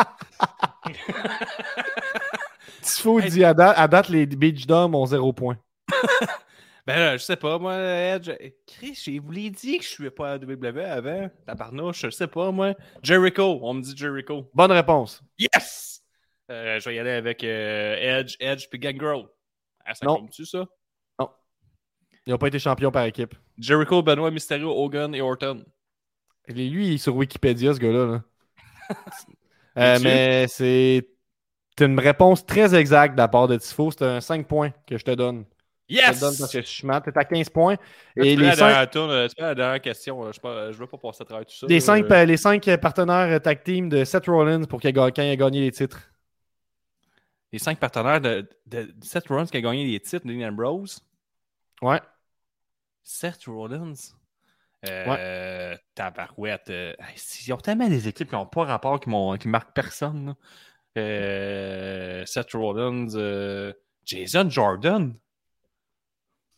Tifo dit à date, les Beach Dom ont 0 point. Ben là, je sais pas, moi, Edge. Chris, je vous l'ai dit que je suis pas à WWE avant. Tabarnouche, je sais pas, moi. Jericho, on me dit Jericho. Bonne réponse. Yes! Je vais y aller avec Edge puis Gangrel. Ah, ça Non. compte-tu, ça? Ils n'ont pas été champions par équipe. Jericho, Benoit, Mysterio, Hogan et Orton. Lui, il est sur Wikipédia, ce gars-là. Là. Es-tu? Mais c'est une réponse très exacte de la part de Tifo. C'est un 5 points que je te donne. Je te le donne Yes! parce que je suis mat. T'es à 15 points. Là, Et tu fais les la 5, dernière tourne, tu fais la dernière question. Je veux pas passer à travers tout ça. les là. 5 partenaires tag team de Seth Rollins pour quand il a gagné les titres. Les 5 partenaires de Seth Rollins qui a gagné les titres, Dean Ambrose. Ouais. Seth Rollins. Tabarouette. Ils ont tellement des équipes qui n'ont pas rapport, qui marquent personne. Là. Seth Rollins. Jason Jordan.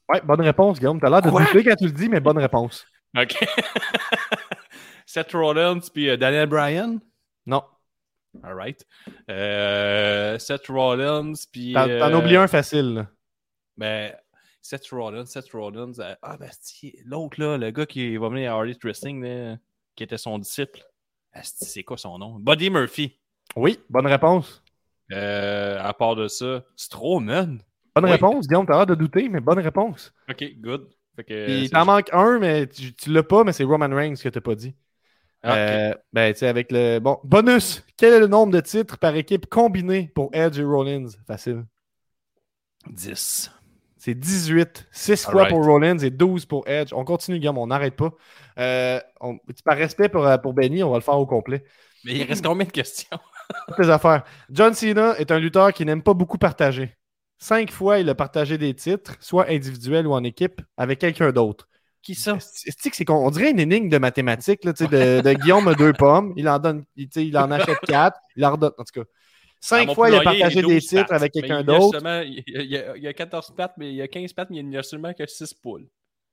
Ouais, bonne réponse, Guillaume. T'as l'air de Quoi? douter quand tu le dis, mais bonne réponse. OK. Seth Rollins puis Daniel Bryan. Non. All right. Seth Rollins puis... T'en as oublié un facile, là. Ben, Seth Rollins. Ben, l'autre, là, le gars qui va venir à Harley Wrestling, là, qui était son disciple. C'est quoi son nom? Buddy Murphy. Oui, bonne réponse. À part de ça, Strowman. Bonne Oui. réponse, Guillaume. T'as l'air de douter, mais bonne réponse. OK, good. Fait que, Puis c'est- t'en manques un, mais tu l'as pas, mais c'est Roman Reigns que t'as pas dit. Ah, OK. Ben, tu sais, avec le... Bon, bonus. Quel est le nombre de titres par équipe combiné pour Edge et Rollins? Facile. 10. C'est 18. 6 fois Alright. pour Rollins et 12 pour Edge. On continue, Guillaume, on n'arrête pas. Par respect pour Benny, on va le faire au complet. Mais il reste combien de questions? Toutes les affaires. John Cena est un lutteur qui n'aime pas beaucoup partager. 5 fois, il a partagé des titres, soit individuels ou en équipe, avec quelqu'un d'autre. Qui ça? On dirait une énigme de mathématiques, là, de Guillaume a 2 pommes, il en donne, il en achète 4, il en redonne. En tout cas, 5 fois, il a partagé des titres avec quelqu'un d'autre. Il y a 14 pattes, mais il y a 15 pattes, mais il n'y a seulement que 6 poules.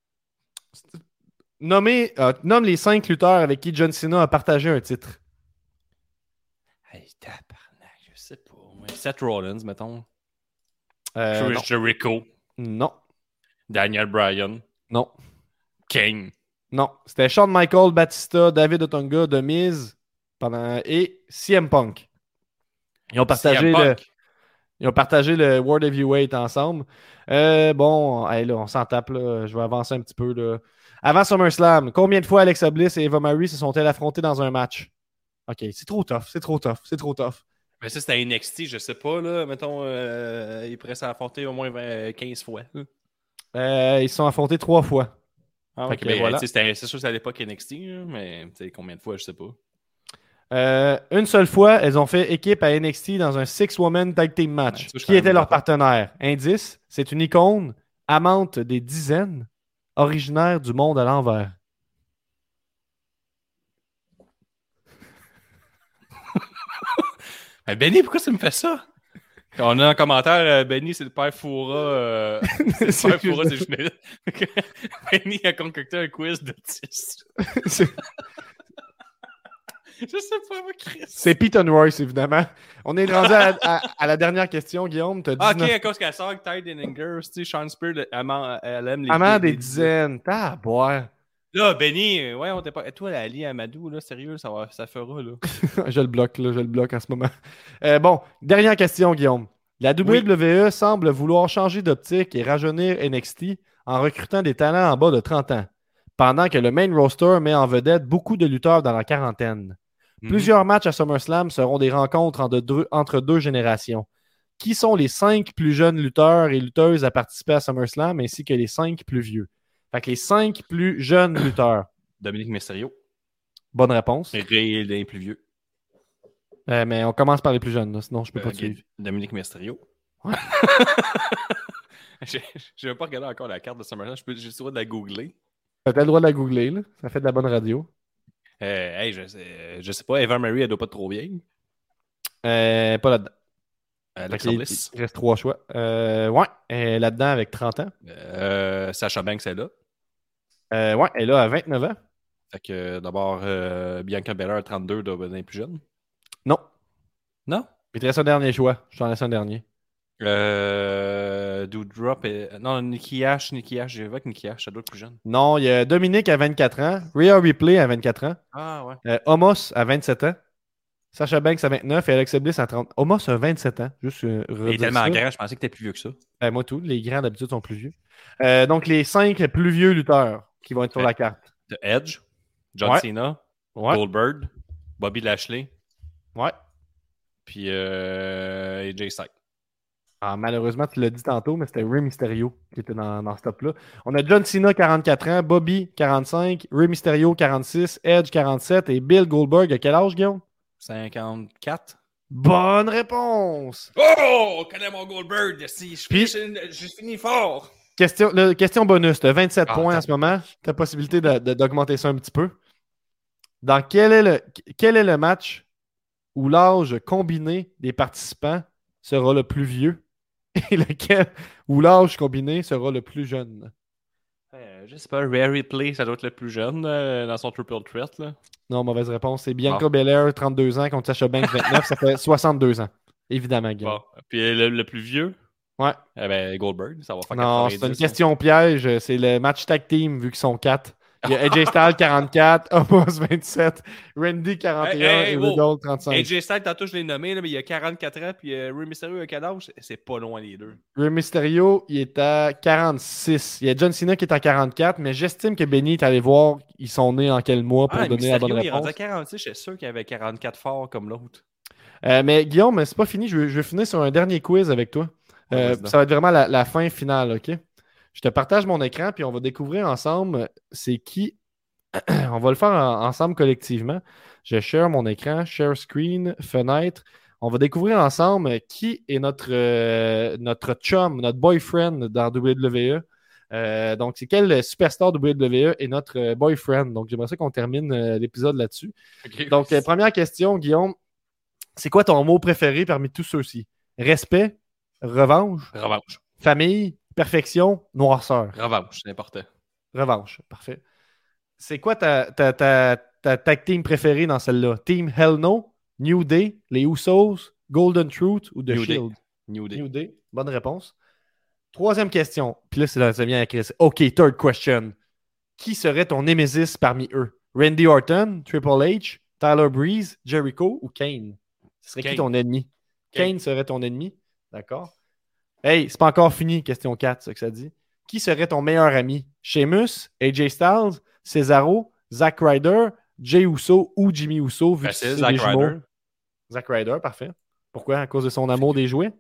Nomme les 5 lutteurs avec qui John Cena a partagé un titre. Hey, tabarnak, je sais pas. Ouais. Seth Rollins, mettons. Non. Jericho. Non. Daniel Bryan. Non. Kane. Non. C'était Shawn Michaels, Batista, David Otunga, The Miz et CM Punk. Ils ont partagé le World Heavyweight ensemble. Bon, hey, là, on s'en tape. Là. Je vais avancer un petit peu. Là. Avant SummerSlam, combien de fois Alexa Bliss et Eva Marie se sont-elles affrontées dans un match? OK, c'est trop tough. Mais ça, c'était NXT, je sais pas, là. Mettons, ils pourraient s'affronter au moins 15 fois. Ils se sont affrontés 3 fois. Ah, Fait ok, que ben, voilà. c'est sûr que c'est à l'époque NXT, là, mais combien de fois, je sais pas. Une seule fois, elles ont fait équipe à NXT dans un 6-woman tag team match. Ouais, ça, je Qui savais était même leur pas. partenaire? Indice, c'est une icône, amante des dizaines, originaire du monde à l'envers. Benny, pourquoi tu me fais ça? On a un commentaire, Benny, c'est le père Foura. C'est le père Foura, c'est générique. Benny a concocté un quiz d'autisme. Je sais pas, moi, Chris. C'est Peyton Royce, évidemment. On est rendu à la dernière question, Guillaume. T'as Ah, ok, 19... à cause qu'elle sort avec Ty Denninger, tu sais, Sean Spears, elle aime les... Amant des dizaines. T'as à boire. Là, Benny, ouais, on t'est pas... Toi, Ali Amadou, là, sérieux, ça fera, là. Je le bloque en ce moment. Bon, dernière question, Guillaume. La WWE semble vouloir changer d'optique et rajeunir NXT en recrutant des talents en bas de 30 ans, pendant que le main roster met en vedette beaucoup de lutteurs dans la quarantaine. Plusieurs matchs à SummerSlam seront des rencontres entre 2 générations. Qui sont les 5 plus jeunes lutteurs et lutteuses à participer à SummerSlam, ainsi que les 5 plus vieux? Fait que les 5 plus jeunes lutteurs. Dominique Mysterio. Bonne réponse. Ray les plus vieux. Mais on commence par les plus jeunes, là, sinon je peux pas te suivre. Dominique Mysterio. Ouais. Je n'ai pas regardé encore la carte de SummerSlam. J'ai le droit de la googler. T'as le droit de la googler, là. Ça fait de la bonne radio. Hey, je sais pas, Eva Marie, elle doit pas être trop vieille. Pas là-dedans. Alexa Bliss. Il reste 3 choix. Ouais, elle est là-dedans avec 30 ans. Sasha Banks est là. Ouais, elle est là à 29 ans. Fait que d'abord, Bianca Belair à 32 doit être plus jeune. Non. Non? Il te reste un dernier choix. Je t'en laisse un dernier. Doudrop et... Non, Nikki Ash, j'ai vu que Nikki Ash, ça doit être plus jeune. Non, il y a Dominique à 24 ans, Rhea Ripley à 24 ans, Ah ouais. Omos à 27 ans, Sasha Banks à 29 et Alexa Bliss à 30. Omos a 27 ans. Juste Il est redire tellement ça. grand, je pensais que t'es plus vieux que ça. Moi, tout. Les grands, d'habitude, sont plus vieux. Donc, les 5 plus vieux lutteurs qui vont être sur la carte. The Edge, John Ouais. Cena, Ouais. Goldberg, Bobby Lashley, Ouais. puis AJ Styles. Ah, malheureusement, tu l'as dit tantôt, mais c'était Rey Mysterio qui était dans ce top-là. On a John Cena, 44 ans, Bobby, 45, Rey Mysterio, 46, Edge, 47 et Bill Goldberg, à quel âge, Guillaume? 54. Bonne réponse! Oh! On connaît mon Goldberg, si je finis fort. Question bonus, tu as 27 Ah, points en ce moment. Tu as possibilité d'augmenter ça un petit peu. Dans quel est le match où l'âge combiné des participants sera le plus vieux et lequel ou l'âge combiné sera le plus jeune? Je sais pas, Rare Replay, ça doit être le plus jeune dans son triple threat. Là. Non, mauvaise réponse. C'est Bianca Bon. Belair, 32 ans, contre Sasha Banks, 29. Ça fait 62 ans. Évidemment, Guillaume. Bon. Puis le plus vieux, Ouais. eh ben, Goldberg, ça va faire Non, 90. c'est une question piège. C'est le match tag team, vu qu'ils sont 4. Il y a AJ Styles 44, Omos 27, Randy 41 et Riddle 35. AJ Styles, tantôt je l'ai nommé, là, mais il a 44 ans, puis Rey Mysterio a quel âge? C'est pas loin les deux. Rey Mysterio, il est à 46. Il y a John Cena qui est à 44, mais j'estime que Benny est allé voir ils sont nés en quel mois pour donner la bonne Mysterio, il est rendu réponse. à 46, je suis sûr qu'il y avait 44 forts comme l'autre. Mais Guillaume, c'est pas fini. Je vais finir sur un dernier quiz avec toi. Ouais, vas-y ça va être vraiment la fin finale, OK? Je te partage mon écran, puis on va découvrir ensemble c'est qui. On va le faire ensemble collectivement. Je share mon écran, share screen, fenêtre. On va découvrir ensemble qui est notre chum, notre boyfriend dans WWE. Donc, c'est quel superstar WWE est notre boyfriend. Donc, j'aimerais ça qu'on termine l'épisode là-dessus. Okay. Donc, première question, Guillaume. C'est quoi ton mot préféré parmi tous ceux-ci? Respect, revanche, famille, perfection, noirceur. Revanche, c'est important. Revanche, parfait. C'est quoi ta tag team préférée dans celle-là? Team Hell No, New Day, les Usos, Golden Truth ou The New Day. Shield? New Day. New Day. Bonne réponse. Troisième question. Puis là, ça vient à Chris. OK, third question. Qui serait ton némésis parmi eux? Randy Orton, Triple H, Tyler Breeze, Jericho ou Kane? Ce serait qui ton ennemi? Kane serait ton ennemi? D'accord. Hey, c'est pas encore fini, question 4, c'est ce que ça dit. Qui serait ton meilleur ami? Sheamus, AJ Styles, Cesaro, Zack Ryder, Jey Uso ou Jimmy Uso, vu que c'est Zack des jumeaux. Ryder. Zack Ryder, parfait. Pourquoi? À cause de son amour des jouets?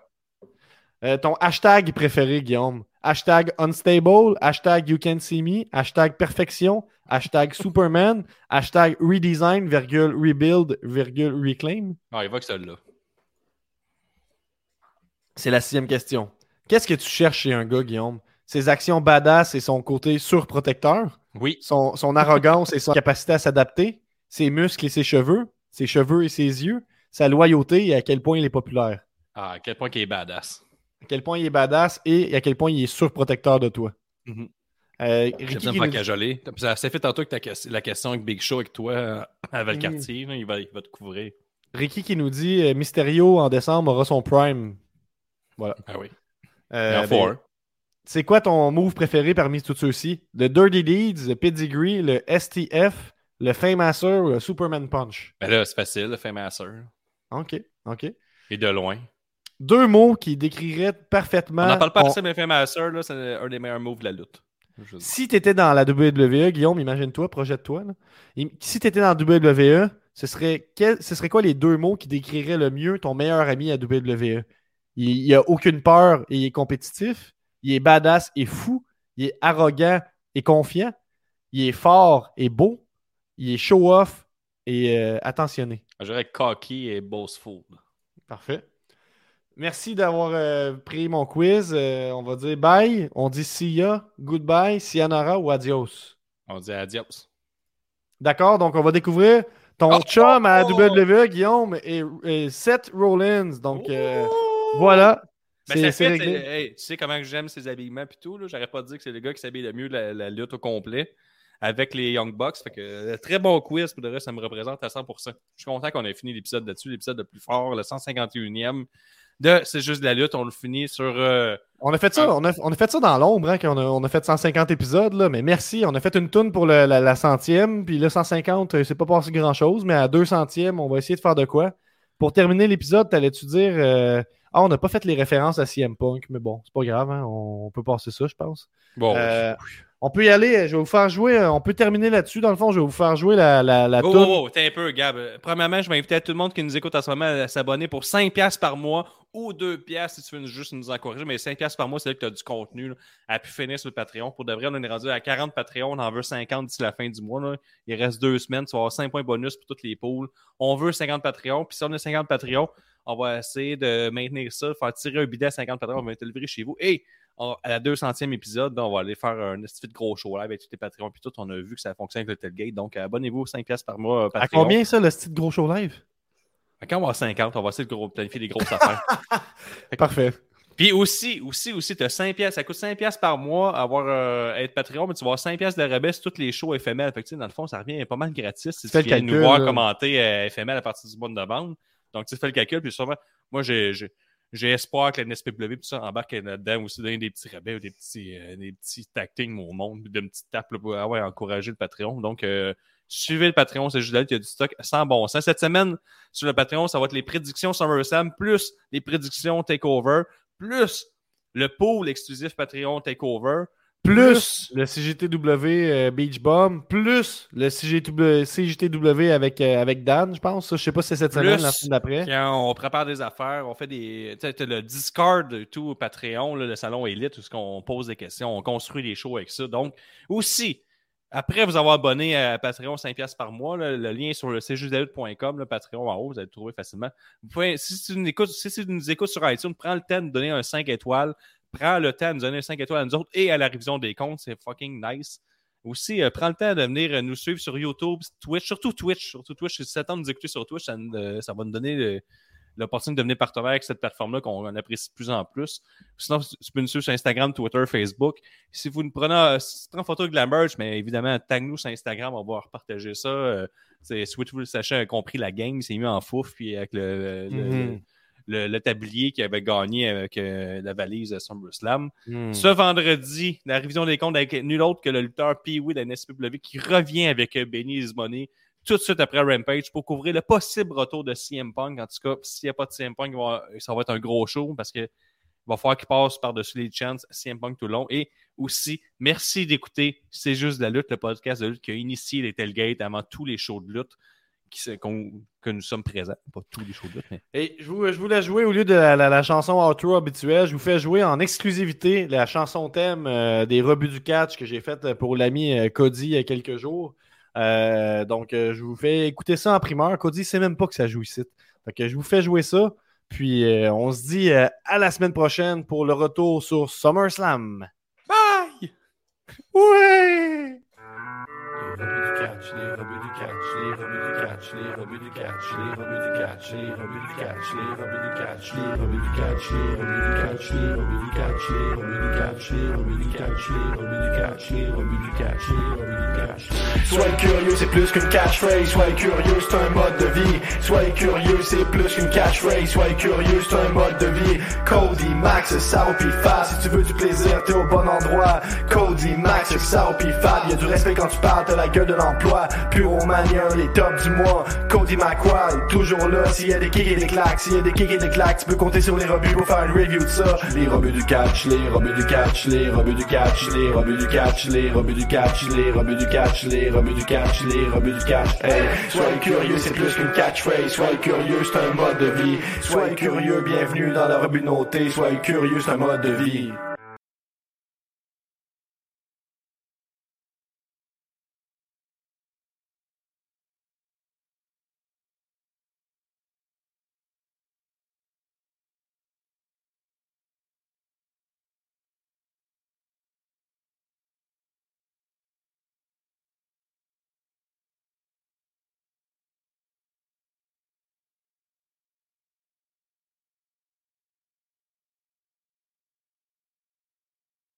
Ouais. Ton hashtag préféré, Guillaume? Hashtag unstable, hashtag you can see me, hashtag perfection, hashtag Superman, hashtag redesign, rebuild, reclaim. Ah, il va que celle-là. C'est la 6e question. Qu'est-ce que tu cherches chez un gars, Guillaume? Ses actions badass et son côté surprotecteur? Oui. Son arrogance et sa capacité à s'adapter? Ses muscles et ses cheveux et ses yeux? Sa loyauté et à quel point il est populaire? Ah, à quel point il est badass. À quel point il est badass et à quel point il est surprotecteur de toi? Mm-hmm. Ricky J'ai besoin de qui faire nous- cajoler. Ça s'est fait tantôt avec la question avec Big Show avec toi à Valcartier. Là, il va te couvrir. Ricky qui nous dit Mysterio en décembre aura son prime. Voilà. Ah oui. Il en faut Ben, un. c'est quoi ton move préféré parmi tous ceux-ci? Le Dirty Deeds, le Pedigree, le STF, le Fameasser ou le Superman Punch? Ben là, c'est facile, le Fameasser. OK. Et de loin. 2 mots qui décriraient parfaitement... On n'en parle pas assez, mais Fameasser, là, c'est un des meilleurs moves de la lutte. Si tu étais dans la WWE, Guillaume, imagine-toi, projette-toi. Là. Si tu étais dans la WWE, ce serait quoi les 2 mots qui décriraient le mieux ton meilleur ami à WWE? Il a aucune peur et il est compétitif. Il est badass et fou. Il est arrogant et confiant. Il est fort et beau. Il est show-off et attentionné. Je dirais cocky et boastful. Parfait. Merci d'avoir pris mon quiz. On va dire bye. On dit see ya, goodbye, sayonara ou adios. On dit adios. D'accord, donc on va découvrir ton chum à WWE, Guillaume, et Seth Rollins. Donc voilà. Ben, C'est réglé. hey, tu sais comment j'aime ses habillements et tout. Là? J'aurais pas dit que c'est le gars qui s'habille le mieux de la lutte au complet avec les Young Bucks. Fait que très bon quiz. Pour le reste, ça me représente à 100%. Je suis content qu'on ait fini l'épisode là-dessus, l'épisode le plus fort, le 151e. C'est juste de la lutte. On le finit sur. On a fait ça, on a fait ça dans l'ombre, hein, on a fait 150 épisodes, là, mais merci. On a fait une toune pour la 100e, puis le 150, c'est pas passé grand-chose, mais à 200e, on va essayer de faire de quoi. Pour terminer l'épisode, t'allais-tu dire on n'a pas fait les références à CM Punk, mais bon, c'est pas grave, hein, on peut passer ça, je pense. Bon, on peut y aller, je vais vous faire jouer, on peut terminer là-dessus, dans le fond, je vais vous faire jouer la toune. Oh, t'es un peu, Gab. Premièrement, je vais inviter à tout le monde qui nous écoute en ce moment à s'abonner pour 5$ par mois ou 2$ si tu veux juste nous encourager, mais 5$ par mois, c'est là que tu as du contenu là, à pu finir sur le Patreon. Pour de vrai, on est rendu à 40 Patreon, on en veut 50 d'ici la fin du mois. Là. Il reste 2 semaines, tu vas avoir 5 points bonus pour toutes les poules. On veut 50 Patreon, puis si on a 50 Patreon, on va essayer de maintenir ça, faire tirer un bidet à 50 Patreon, on va te le livrer chez vous. Et à la 200e épisode, là, on va aller faire un petit gros show live avec tous les Patreons, puis tout. On a vu que ça fonctionne avec le Tailgate, donc abonnez-vous 5$ par mois Patreon. À combien ça, le style gros show live? Quand on va à 50, on va essayer de planifier des grosses affaires. Parfait. Puis aussi, t'as 5$, ça coûte 5$ par mois être Patreon, mais tu vas avoir 5$ de rabais sur toutes les shows FML. Fait que, dans le fond, ça revient pas mal gratis si tu viens nous voir commenter FML à partir du mois de novembre. Donc, tu fais le calcul, puis sûrement, moi, j'ai espoir que la NSPW tout ça embarque là-dedans aussi, donner des petits rabais ou des petits tactings au monde, de petites tapes là, pour encourager le Patreon. Donc, suivez le Patreon, c'est juste là, il y a du stock sans bon sens. Cette semaine, sur le Patreon, ça va être les prédictions SummerSlam, plus les prédictions TakeOver, plus le pool exclusif Patreon TakeOver, plus le CGTW Beach Bomb, plus le CGTW avec Dan, je pense. Ça, je sais pas si c'est cette semaine, la semaine d'après. Quand on prépare des affaires, on fait des... Tu sais, le Discord et tout, Patreon, là, le salon Elite, où on pose des questions, on construit des shows avec ça. Donc, aussi, après vous avoir abonné à Patreon 5$ par mois, là, le lien sur le cjusdalut.com, le Patreon en haut, vous allez le trouver facilement. Vous pouvez, si tu nous écoutes sur iTunes, prends le temps de donner un 5 étoiles. Prends le temps de nous donner 5 étoiles à nous autres et à la révision des comptes. C'est fucking nice. Aussi, prends le temps de venir nous suivre sur YouTube, Twitch, surtout Twitch. Si tu attends de nous écouter sur Twitch, ça va nous donner l'opportunité de devenir partenaire avec cette plateforme-là qu'on apprécie de plus en plus. Sinon, tu peux nous suivre sur Instagram, Twitter, Facebook. Si vous nous prenez en photo de la merch, mais évidemment, tag-nous sur Instagram, on va repartager ça. Switch, vous le sachez, a compris la game, il s'est mis en fouf, puis avec le tablier qui avait gagné avec la valise de SummerSlam. Ce vendredi, la révision des comptes avec nul autre que le lutteur Pee-Wee de la NSPW qui revient avec Benny Is Money tout de suite après Rampage pour couvrir le possible retour de CM Punk. En tout cas, s'il n'y a pas de CM Punk, ça va être un gros show parce qu'il va falloir qu'il passe par-dessus les chants CM Punk tout le long. Et aussi, merci d'écouter C'est juste de la lutte, le podcast de lutte qui a initié les tailgates avant tous les shows de lutte. Que nous sommes présents. Pas tous les shows de lutte, mais... Et je voulais jouer, au lieu de la chanson outro habituelle, je vous fais jouer en exclusivité la chanson thème des rebuts du catch que j'ai faite pour l'ami Cody il y a quelques jours. Donc, je vous fais écouter ça en primeur. Cody ne sait même pas que ça joue ici. Donc, je vous fais jouer ça. Puis, on se dit à la semaine prochaine pour le retour sur SummerSlam. Bye! Ouais! Les rebuts du catch, les rebuts du catch, les rebuts du catch, les rebuts du catch, les rebuts du catch, les rebuts du catch, les rebuts du catch, les rebuts du catch, les rebuts du catch, les rebuts du catch, les rebuts du catch, les rebuts du catch, les rebuts du catch, les rebuts du catch. Soyez curieux, c'est plus qu'une catchphrase. Soyez curieux, c'est un mode de vie. Soyez curieux, c'est plus qu'une catchphrase. Soyez curieux, c'est un mode de vie. Cody, Max, Sao pis Fab. Si tu veux du plaisir, t'es au bon endroit. Cody, Max, Sao pis Fab. Y'a du respect quand tu parles, t'as la gueule de l'emploi. Puromania, les tops du mois. Cody McQuarrie, toujours là. S'il y a des kicks et des claques, s'il y a des kicks et des claques, tu peux compter sur les rebuts pour faire une review de ça. Les rebuts du catch, les rebuts du catch, les rebuts du catch, les rebuts du catch, les rebuts du catch, les rebuts du catch, les rebuts du catch, les rebuts du catch. Hey, soyez curieux, c'est plus qu'une catchphrase. Soyez curieux, c'est un mode de vie. Soyez curieux, bienvenue dans la rebut notée. Soyez curieux, c'est un mode de vie.